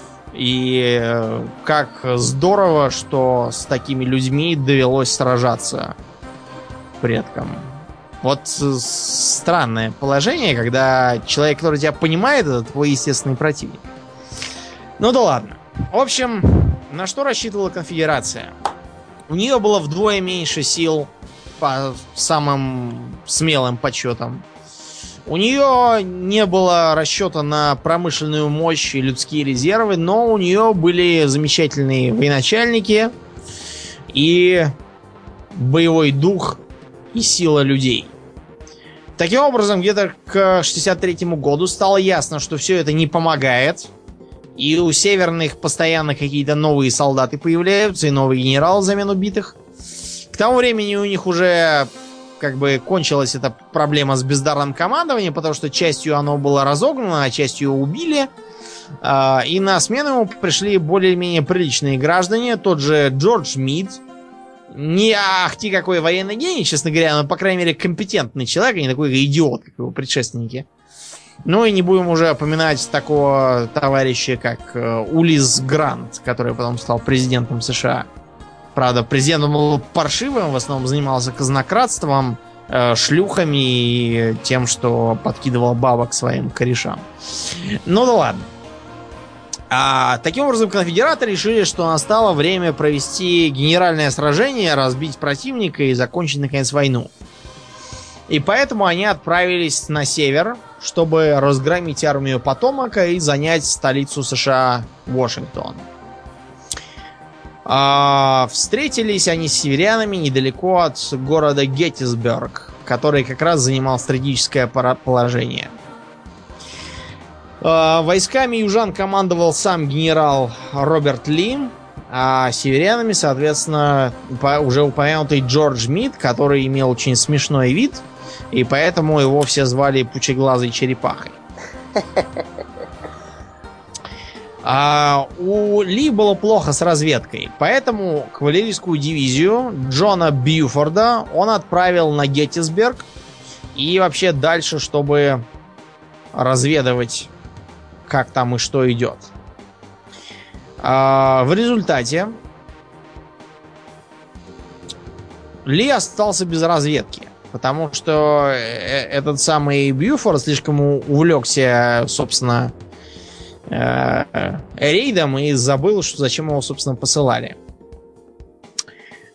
и как здорово, что с такими людьми довелось сражаться предкам. Вот странное положение, когда человек, который тебя понимает, это твой естественный противник. Ну да ладно. В общем, на что рассчитывала конфедерация? У нее было вдвое меньше сил по самым смелым подсчетам. У нее не было расчета на промышленную мощь и людские резервы, но у нее были замечательные военачальники и боевой дух и сила людей. Таким образом, где-то к 63-му году стало ясно, что все это не помогает. И у северных постоянно какие-то новые солдаты появляются, и новые генералы взамен убитых. К тому времени у них уже кончилась эта проблема с бездарным командованием, потому что частью оно было разогнано, а частью его убили. И на смену ему пришли более-менее приличные граждане. Тот же Джордж Мид. Не ахти какой военный гений, честно говоря, но, по крайней мере, компетентный человек, а не такой идиот, как его предшественники. Ну и не будем уже упоминать такого товарища, как Улисс Грант, который потом стал президентом США. Правда, президентом был паршивым, в основном занимался казнократством, шлюхами и тем, что подкидывал бабок своим корешам. Ну да ладно. Таким образом, конфедераторы решили, что настало время провести генеральное сражение, разбить противника и закончить, наконец, войну. И поэтому они отправились на север, чтобы разгромить армию Потомака и занять столицу США Вашингтон. Встретились они с северянами недалеко от города Геттисберг, который как раз занимал стратегическое положение. Войсками южан командовал сам генерал Роберт Ли, а северянами, соответственно, уже упомянутый Джордж Мид, который имел очень смешной вид, и поэтому его все звали Пучеглазой Черепахой. У Ли было плохо с разведкой, поэтому кавалерийскую дивизию Джона Бьюфорда он отправил на Геттисберг и вообще дальше, чтобы разведывать, как там и что идет. В результате Ли остался без разведки, потому что этот самый Бьюфорд слишком увлекся, собственно, рейдом и забыл, что зачем его, собственно, посылали.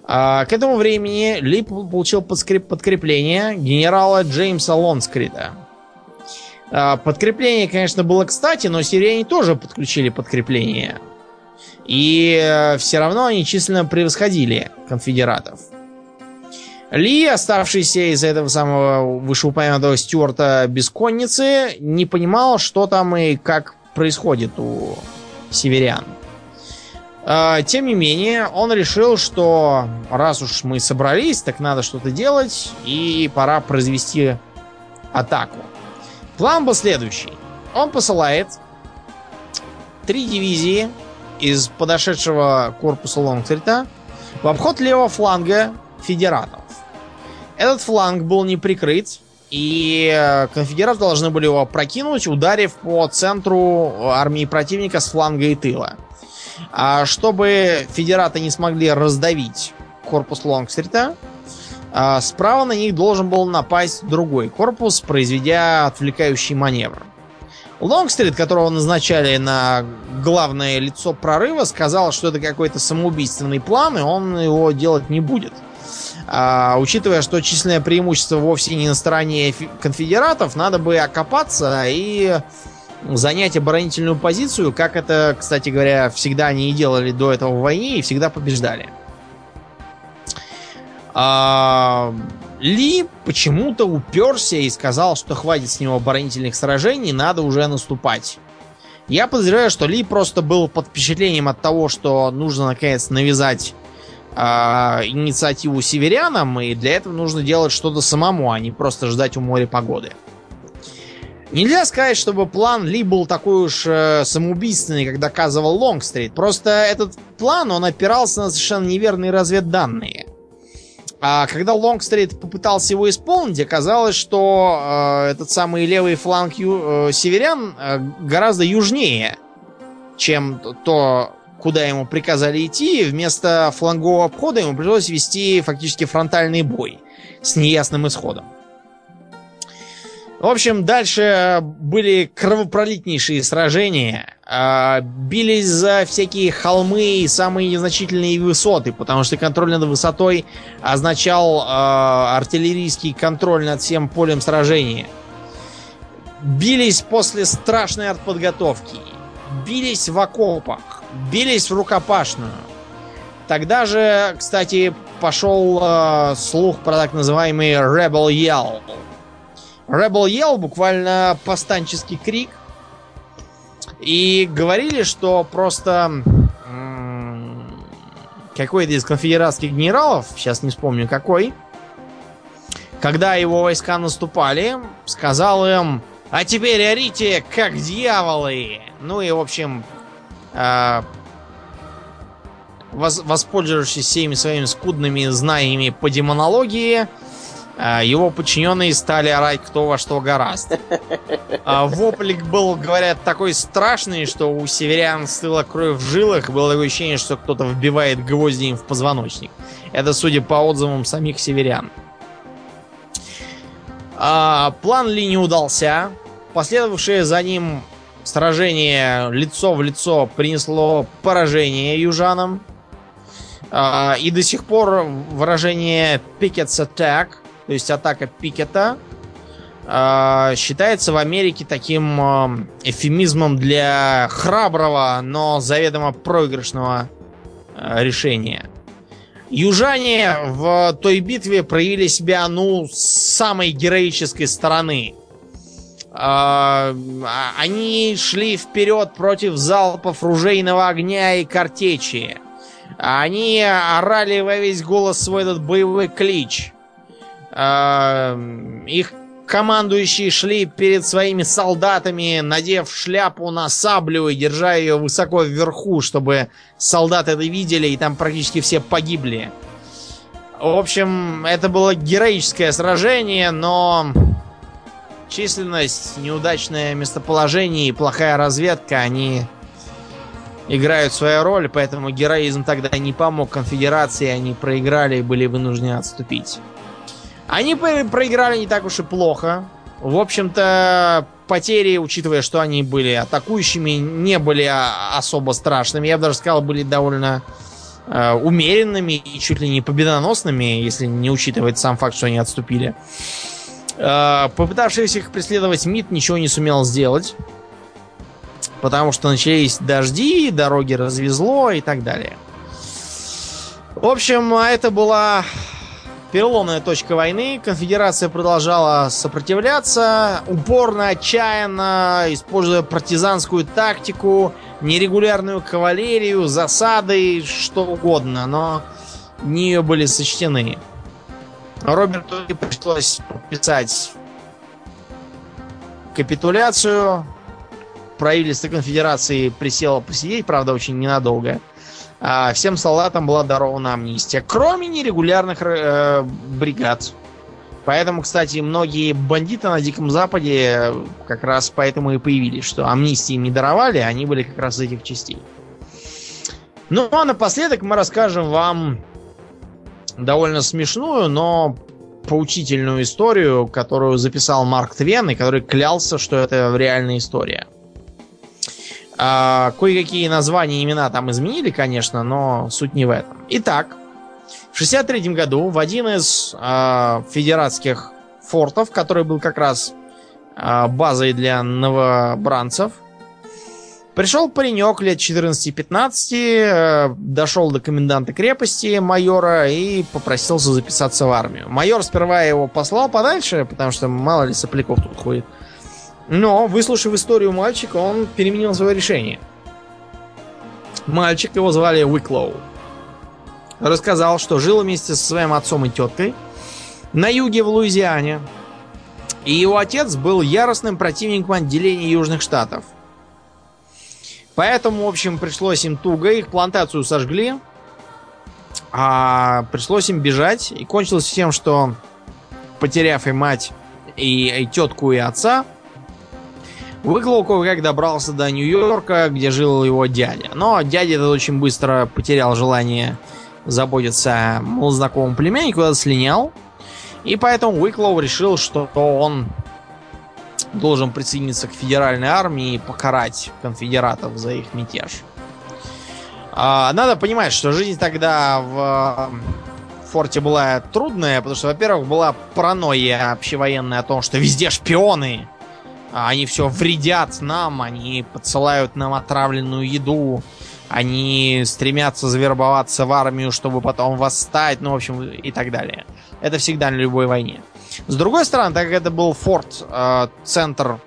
К этому времени Ли получил подкрепление генерала Джеймса Лонгстрита. Подкрепление, конечно, было кстати, но северяне тоже подключили подкрепление. И все равно они численно превосходили конфедератов. Ли, оставшийся из этого самого вышеупомянутого Стюарта без конницы, не понимал, что там и как происходит у северян. Тем не менее, он решил, что раз уж мы собрались, так надо что-то делать, и пора произвести атаку. План был следующий. Он посылает 3 дивизии из подошедшего корпуса Лонгстрита в обход левого фланга федератов. Этот фланг был не прикрыт, и конфедераты должны были его опрокинуть, ударив по центру армии противника с фланга и тыла. А чтобы федераты не смогли раздавить корпус Лонгстрита, справа на них должен был напасть другой корпус, произведя отвлекающий маневр. Лонгстрит, которого назначали на главное лицо прорыва, сказал, что это какой-то самоубийственный план, и он его делать не будет. Учитывая, что численное преимущество вовсе не на стороне конфедератов, надо бы окопаться и занять оборонительную позицию, как это, кстати говоря, всегда они и делали до этого в войне, и всегда побеждали. Ли почему-то уперся и сказал, что хватит с него оборонительных сражений, надо уже наступать. Я подозреваю, что Ли просто был под впечатлением от того, что нужно наконец навязать инициативу северянам, и для этого нужно делать что-то самому, а не просто ждать у моря погоды. Нельзя сказать, чтобы план Ли был такой уж самоубийственный, как доказывал Лонгстрит. Просто этот план, он опирался на совершенно неверные разведданные. А когда Лонгстрит попытался его исполнить, оказалось, что этот самый левый фланг северян гораздо южнее, чем то, куда ему приказали идти. Вместо флангового обхода ему пришлось вести фактически фронтальный бой с неясным исходом. В общем, дальше были кровопролитнейшие сражения. Бились за всякие холмы и самые незначительные высоты, потому что контроль над высотой означал артиллерийский контроль над всем полем сражения. Бились после страшной артподготовки. Бились в окопах. Бились в рукопашную. Тогда же, кстати, пошел слух про так называемый Rebel Yell. Rebel Yell буквально повстанческий крик. И говорили, что просто какой-то из конфедератских генералов, сейчас не вспомню какой, когда его войска наступали, сказал им: а теперь орите, как дьяволы! Ну и, в общем, воспользовавшись всеми своими скудными знаниями по демонологии, его подчиненные стали орать кто во что гораст. Воплик был, говорят, такой страшный, что у северян стыла кровь в жилах. Было такое ощущение, что кто-то вбивает гвозди им в позвоночник. Это судя по отзывам самих северян. План Ли не удался. Последовавшее за ним сражение лицо в лицо принесло поражение южанам. И до сих пор выражение Pickett's Attack, то есть атака Пикета, считается в Америке таким эвфемизмом для храброго, но заведомо проигрышного решения. Южане в той битве проявили себя, с самой героической стороны. Они шли вперед против залпов ружейного огня и картечи. Они орали во весь голос свой этот боевой клич. Их командующие шли перед своими солдатами, надев шляпу на саблю и держа ее высоко вверху, чтобы солдаты это видели, и там практически все погибли. В общем, это было героическое сражение, но численность, неудачное местоположение и плохая разведка, они играют свою роль, поэтому героизм тогда не помог конфедерации, они проиграли и были вынуждены отступить. Они проиграли не так уж и плохо. В общем-то, потери, учитывая, что они были атакующими, не были особо страшными. Я бы даже сказал, были довольно умеренными и чуть ли не победоносными, если не учитывать сам факт, что они отступили. Попытавшись их преследовать, МИД ничего не сумел сделать, потому что начались дожди, дороги развезло и так далее. В общем, это была переломная точка войны. Конфедерация продолжала сопротивляться, упорно, отчаянно, используя партизанскую тактику, нерегулярную кавалерию, засады, что угодно, но в нее были сочтены. Роберту пришлось подписать капитуляцию. Правительство конфедерации присело посидеть, правда, очень ненадолго. А всем солдатам была дарована амнистия, кроме нерегулярных бригад. Поэтому, кстати, многие бандиты на Диком Западе как раз поэтому и появились, что амнистии им не даровали, они были как раз из этих частей. Ну, а напоследок мы расскажем вам довольно смешную, но поучительную историю, которую записал Марк Твен, и который клялся, что это реальная история. Кое-какие названия и имена там изменили, конечно, но суть не в этом. Итак, в 1963 году в один из федератских фортов, который был как раз базой для новобранцев, пришел паренек лет 14-15, дошел до коменданта крепости, майора, и попросился записаться в армию. Майор сперва его послал подальше, потому что мало ли сопляков тут ходит. Но, выслушав историю мальчика, он переменил свое решение. Мальчик, его звали Уиклоу, рассказал, что жил вместе со своим отцом и теткой на юге в Луизиане. И его отец был яростным противником отделения Южных Штатов. Поэтому, в общем, пришлось им туго. Их плантацию сожгли. А пришлось им бежать. И кончилось тем, что, потеряв и мать, и тетку, и отца, Уиклоу кое-как добрался до Нью-Йорка, где жил его дядя. Но дядя этот очень быстро потерял желание заботиться о малознакомом племяннике, куда-то слинял. И поэтому Уиклоу решил, что он должен присоединиться к федеральной армии и покарать конфедератов за их мятеж. Надо понимать, что жизнь тогда в форте была трудная, потому что, во-первых, была паранойя общевоенная о том, что везде шпионы. Они все вредят нам, они подсылают нам отравленную еду, они стремятся завербоваться в армию, чтобы потом восстать, ну, в общем, и так далее. Это всегда на любой войне. С другой стороны, так как это был форт, центр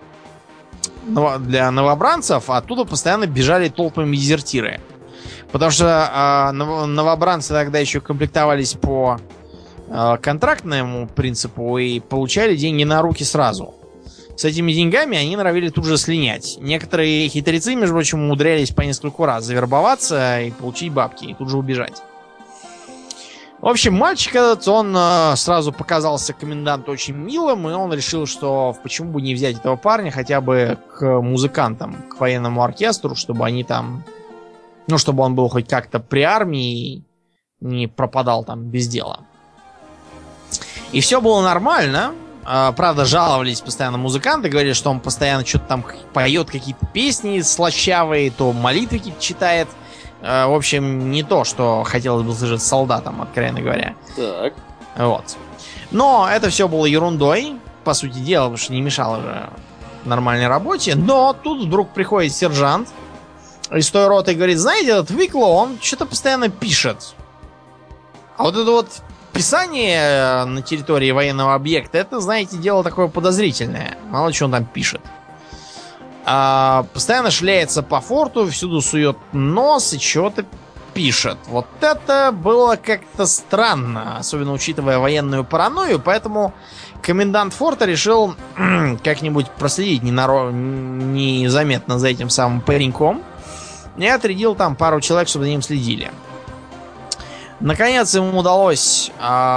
для новобранцев, оттуда постоянно бежали толпами дезертиры. Потому что новобранцы тогда еще комплектовались по контрактному принципу и получали деньги на руки сразу. С этими деньгами они норовили тут же слинять. Некоторые хитрецы, между прочим, умудрялись по нескольку раз завербоваться и получить бабки, и тут же убежать. В общем, мальчик этот, он сразу показался коменданту очень милым, и он решил, что почему бы не взять этого парня хотя бы к музыкантам, к военному оркестру, чтобы они там... Ну, чтобы он был хоть как-то при армии и не пропадал там без дела. И все было нормально. Правда, жаловались постоянно музыканты, говорили, что он постоянно что-то там поет, какие-то песни слащавые, то молитвы какие-то читает. В общем, не то, что хотелось бы слышать солдатам, откровенно говоря. Так. Вот. Но это все было ерундой, по сути дела, потому что не мешало же нормальной работе. Но тут вдруг приходит сержант из той роты и говорит: знаете, этот Уиклоу, он что-то постоянно пишет. А вот это вот писание на территории военного объекта, это, знаете, дело такое подозрительное. Мало ли что он там пишет. Постоянно шляется по форту, всюду сует нос и чего-то пишет. Вот это было как-то странно, особенно учитывая военную паранойю, поэтому комендант форта решил как-нибудь проследить незаметно за этим самым пареньком и отрядил там пару человек, чтобы за ним следили. Наконец ему удалось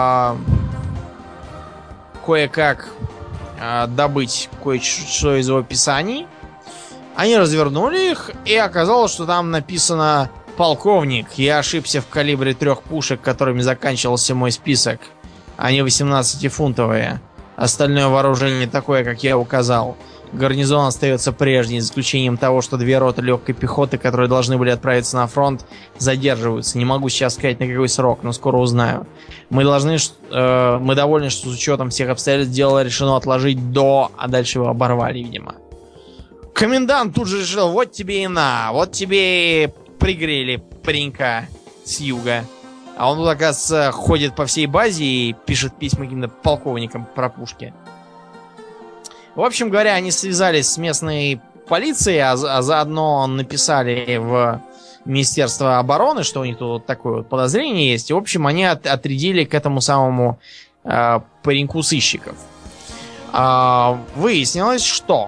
кое-как добыть кое-что из его писаний. Они развернули их, и оказалось, что там написано: «Полковник, я ошибся в калибре 3 пушек, которыми заканчивался мой список. Они 18-фунтовые. Остальное вооружение такое, как я указал. Гарнизон остается прежний, за исключением того, что 2 роты легкой пехоты, которые должны были отправиться на фронт, задерживаются. Не могу сейчас сказать, на какой срок, но скоро узнаю. Мы довольны, что с учетом всех обстоятельств дело решено отложить до... А дальше его оборвали, видимо. Комендант тут же решил, вот тебе и на, вот тебе и пригрели паренька с юга. А он тут, оказывается, ходит по всей базе и пишет письма каким-то полковникам про пушки. В общем говоря, они связались с местной полицией, а заодно написали в Министерство обороны, что у них тут вот такое вот подозрение есть. И, в общем, они отрядили к этому самому пареньку сыщиков. Выяснилось, что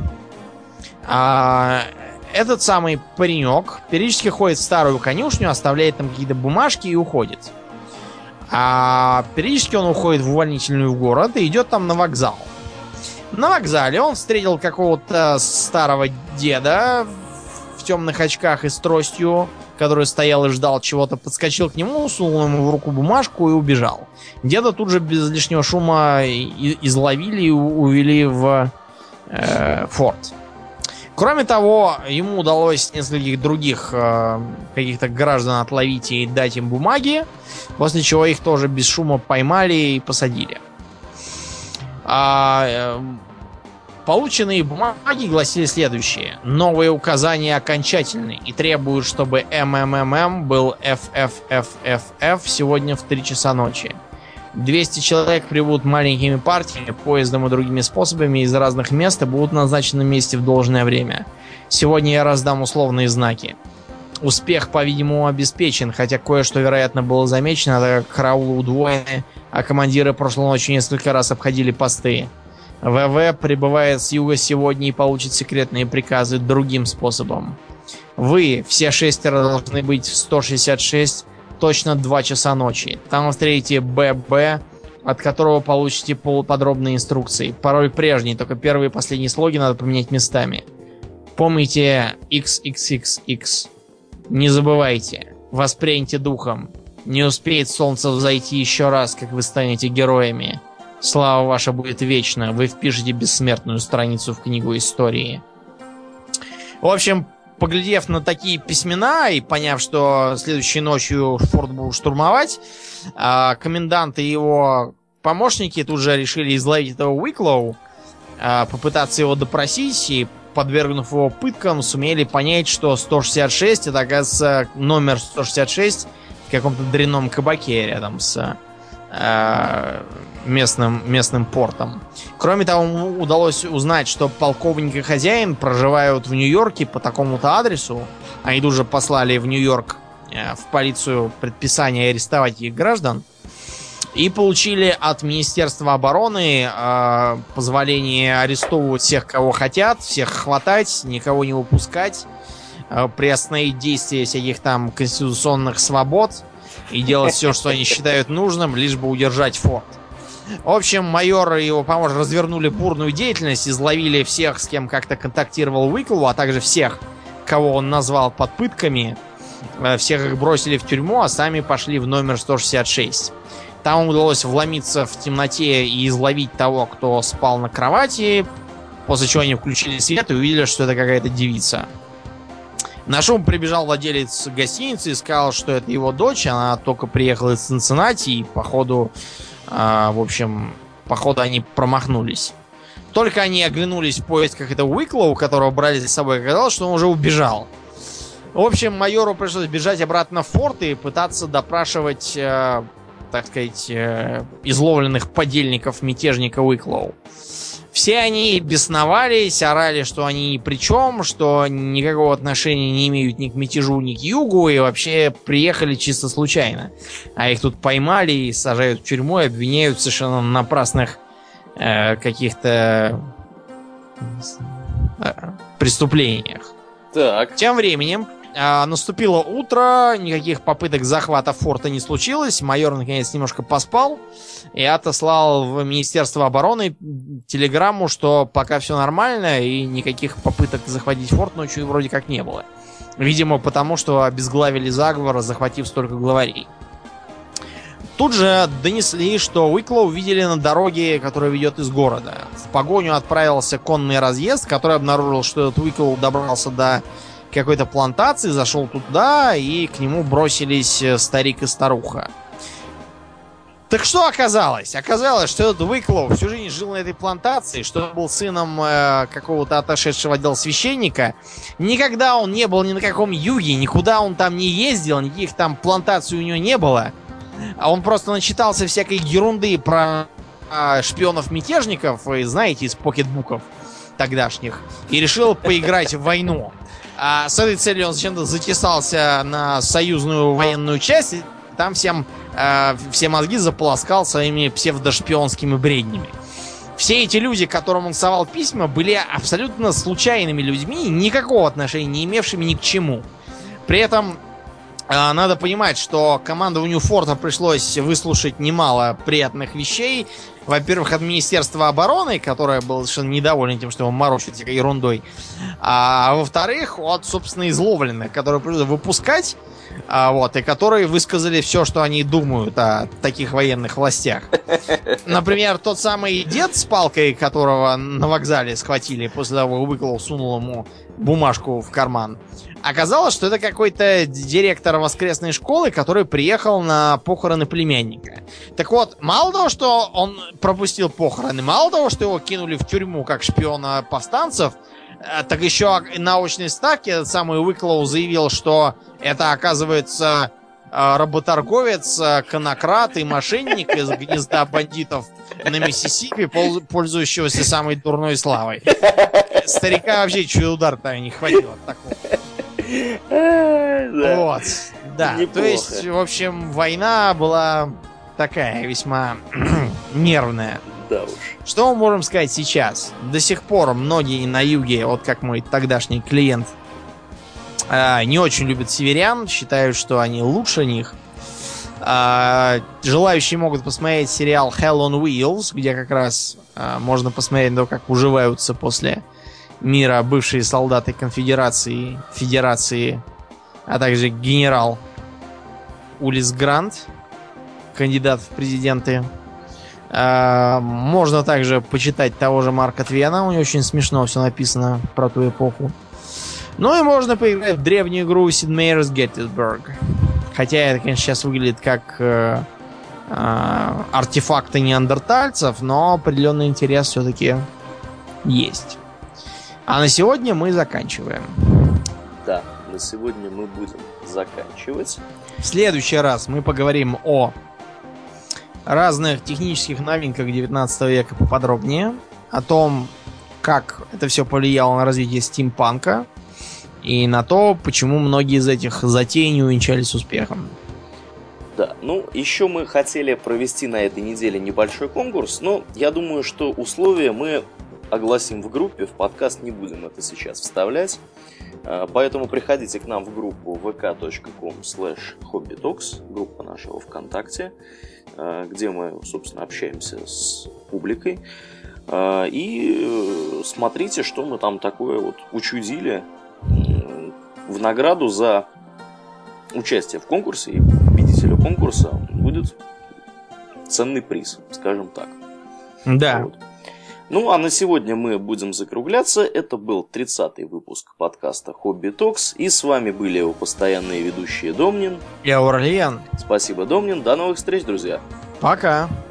этот самый паренек периодически ходит в старую конюшню, оставляет там какие-то бумажки и уходит. А периодически он уходит в увольнительную в город и идет там на вокзал. На вокзале он встретил какого-то старого деда в темных очках и с тростью, который стоял и ждал чего-то, подскочил к нему, сунул ему в руку бумажку и убежал. Деда тут же без лишнего шума изловили и увели в форт. Кроме того, ему удалось нескольких других каких-то граждан отловить и дать им бумаги, после чего их тоже без шума поймали и посадили. Полученные бумаги гласили следующее. Новые указания окончательны и требуют, чтобы МММ был ФФФФФ сегодня в 3 часа ночи. 200 человек прибудут маленькими партиями, поездом и другими способами из разных мест и будут назначены на месте в должное время. Сегодня я раздам условные знаки. Успех, по-видимому, обеспечен, хотя кое-что, вероятно, было замечено, так как караулы удвоены, а командиры прошлой ночью несколько раз обходили посты. ВВ прибывает с юга сегодня и получит секретные приказы другим способом. Вы, все 6 должны быть в 166 точно 2 часа ночи. Там встретите ББ, от которого получите полуподробные инструкции. Пароль прежний, только первые и последние слоги надо поменять местами. Помните XXXX. Не забывайте. Воспряньте духом. Не успеет солнце взойти еще раз, как вы станете героями. Слава ваша будет вечна. Вы впишете бессмертную страницу в книгу истории. В общем, поглядев на такие письмена и поняв, что следующей ночью форт будут штурмовать, комендант и его помощники тут же решили изловить этого Уиклоу, попытаться его допросить, и, подвергнув его пыткам, сумели понять, что 166 это, оказывается, номер 166 в каком-то дрянном кабаке рядом с местным портом. Кроме того, удалось узнать, что полковник и хозяин проживают в Нью-Йорке по такому-то адресу. Они тут же послали в Нью-Йорк в полицию предписание арестовать их граждан. И получили от Министерства обороны позволение арестовывать всех, кого хотят, всех хватать, никого не выпускать, приостановить действие всяких там конституционных свобод и делать все, что они считают нужным, лишь бы удержать форт. В общем, майор и его помощник развернули бурную деятельность, изловили всех, с кем как-то контактировал Уиклоу, а также всех, кого он назвал под пытками. Всех их бросили в тюрьму, а сами пошли в номер 166. Там удалось вломиться в темноте и изловить того, кто спал на кровати, после чего они включили свет и увидели, что это какая-то девица. На шум прибежал владелец гостиницы и сказал, что это его дочь, она только приехала из Цинциннати, и походу они промахнулись. Только они оглянулись в поисках этого Уиклоу, которого брали с собой, оказалось, что он уже убежал. В общем, майору пришлось бежать обратно в форт и пытаться допрашивать, так сказать, изловленных подельников мятежника Уиклоу. Все они бесновались, орали, что они ни при чем, что никакого отношения не имеют ни к мятежу, ни к югу, и вообще приехали чисто случайно. А их тут поймали и сажают в тюрьму, и обвиняют в совершенно напрасных каких-то преступлениях. Так. Тем временем наступило утро, никаких попыток захвата форта не случилось. Майор, наконец, немножко поспал и отослал в Министерство обороны телеграмму, что пока все нормально и никаких попыток захватить форт ночью вроде как не было. Видимо, потому что обезглавили заговор, захватив столько главарей. Тут же донесли, что Уиклоу увидели на дороге, которая ведет из города. В погоню отправился конный разъезд, который обнаружил, что этот Уиклоу добрался до какой-то плантации, зашел туда, и к нему бросились старик и старуха. Так что оказалось? Оказалось, что этот Уиклоу всю жизнь жил на этой плантации, что был сыном какого-то отошедшего отдела священника. Никогда он не был ни на каком юге, никуда он там не ездил, никаких там плантаций у него не было. А он просто начитался всякой ерунды про шпионов-мятежников, знаете, из покетбуков тогдашних, и решил поиграть в войну. А с этой целью он зачем-то затесался на союзную военную часть, там все мозги заполоскал своими псевдошпионскими бреднями. Все эти люди, которым он совал письма, были абсолютно случайными людьми, никакого отношения не имевшими ни к чему. При этом надо понимать, что командованию форта пришлось выслушать немало приятных вещей. Во-первых, от Министерства обороны, которое было совершенно недовольно тем, что его морочат всякой ерундой. А во-вторых, от, собственно, изловленных, которые придется выпускать, и которые высказали все, что они думают о таких военных властях. Например, тот самый дед с палкой, которого на вокзале схватили после того, как Уиклоу сунул ему бумажку в карман. Оказалось, что это какой-то директор воскресной школы, который приехал на похороны племянника. Так вот, мало того, что он пропустил похороны, мало того, что его кинули в тюрьму как шпиона повстанцев, так еще на очной ставке этот самый Уиклоу заявил, что это, оказывается, работорговец, конократ и мошенник из гнезда бандитов на Миссисипи, пользующегося самой дурной славой. Старика вообще чуть удар-то не хватило такого. Вот, да. Неплохо. То есть, в общем, война была такая весьма нервная. Да уж. Что мы можем сказать сейчас? До сих пор многие на юге, вот как мой тогдашний клиент, не очень любят северян, считают, что они лучше них. Желающие могут посмотреть сериал Hell on Wheels, где как раз можно посмотреть на то, как уживаются после мира бывшие солдаты конфедерации, федерации, а также генерал Улисс Грант, кандидат в президенты. Можно также почитать того же Марка Твена, у него очень смешно все написано про ту эпоху. Ну и можно поиграть в древнюю игру Sid Meier's Gettysburg. Хотя это, конечно, сейчас выглядит как артефакты неандертальцев, но определенный интерес все-таки есть. А на сегодня мы заканчиваем. Да, на сегодня мы будем заканчивать. В следующий раз мы поговорим о разных технических новинках 19 века поподробнее. О том, как это все повлияло на развитие стимпанка. И на то, почему многие из этих затей не увенчались успехом. Да, еще мы хотели провести на этой неделе небольшой конкурс, но я думаю, что условия мы огласим в группе, в подкаст не будем это сейчас вставлять. Поэтому приходите к нам в группу vk.com/hobbytalks, группа нашего ВКонтакте, где мы, собственно, общаемся с публикой. И смотрите, что мы там такое вот учудили. В награду за участие в конкурсе и победителю конкурса будет ценный приз, скажем так. Да. Вот. А на сегодня мы будем закругляться. Это был 30-й выпуск подкаста Hobby Talks. И с вами были его постоянные ведущие Домнин и Аурлиен. Спасибо, Домнин. До новых встреч, друзья. Пока.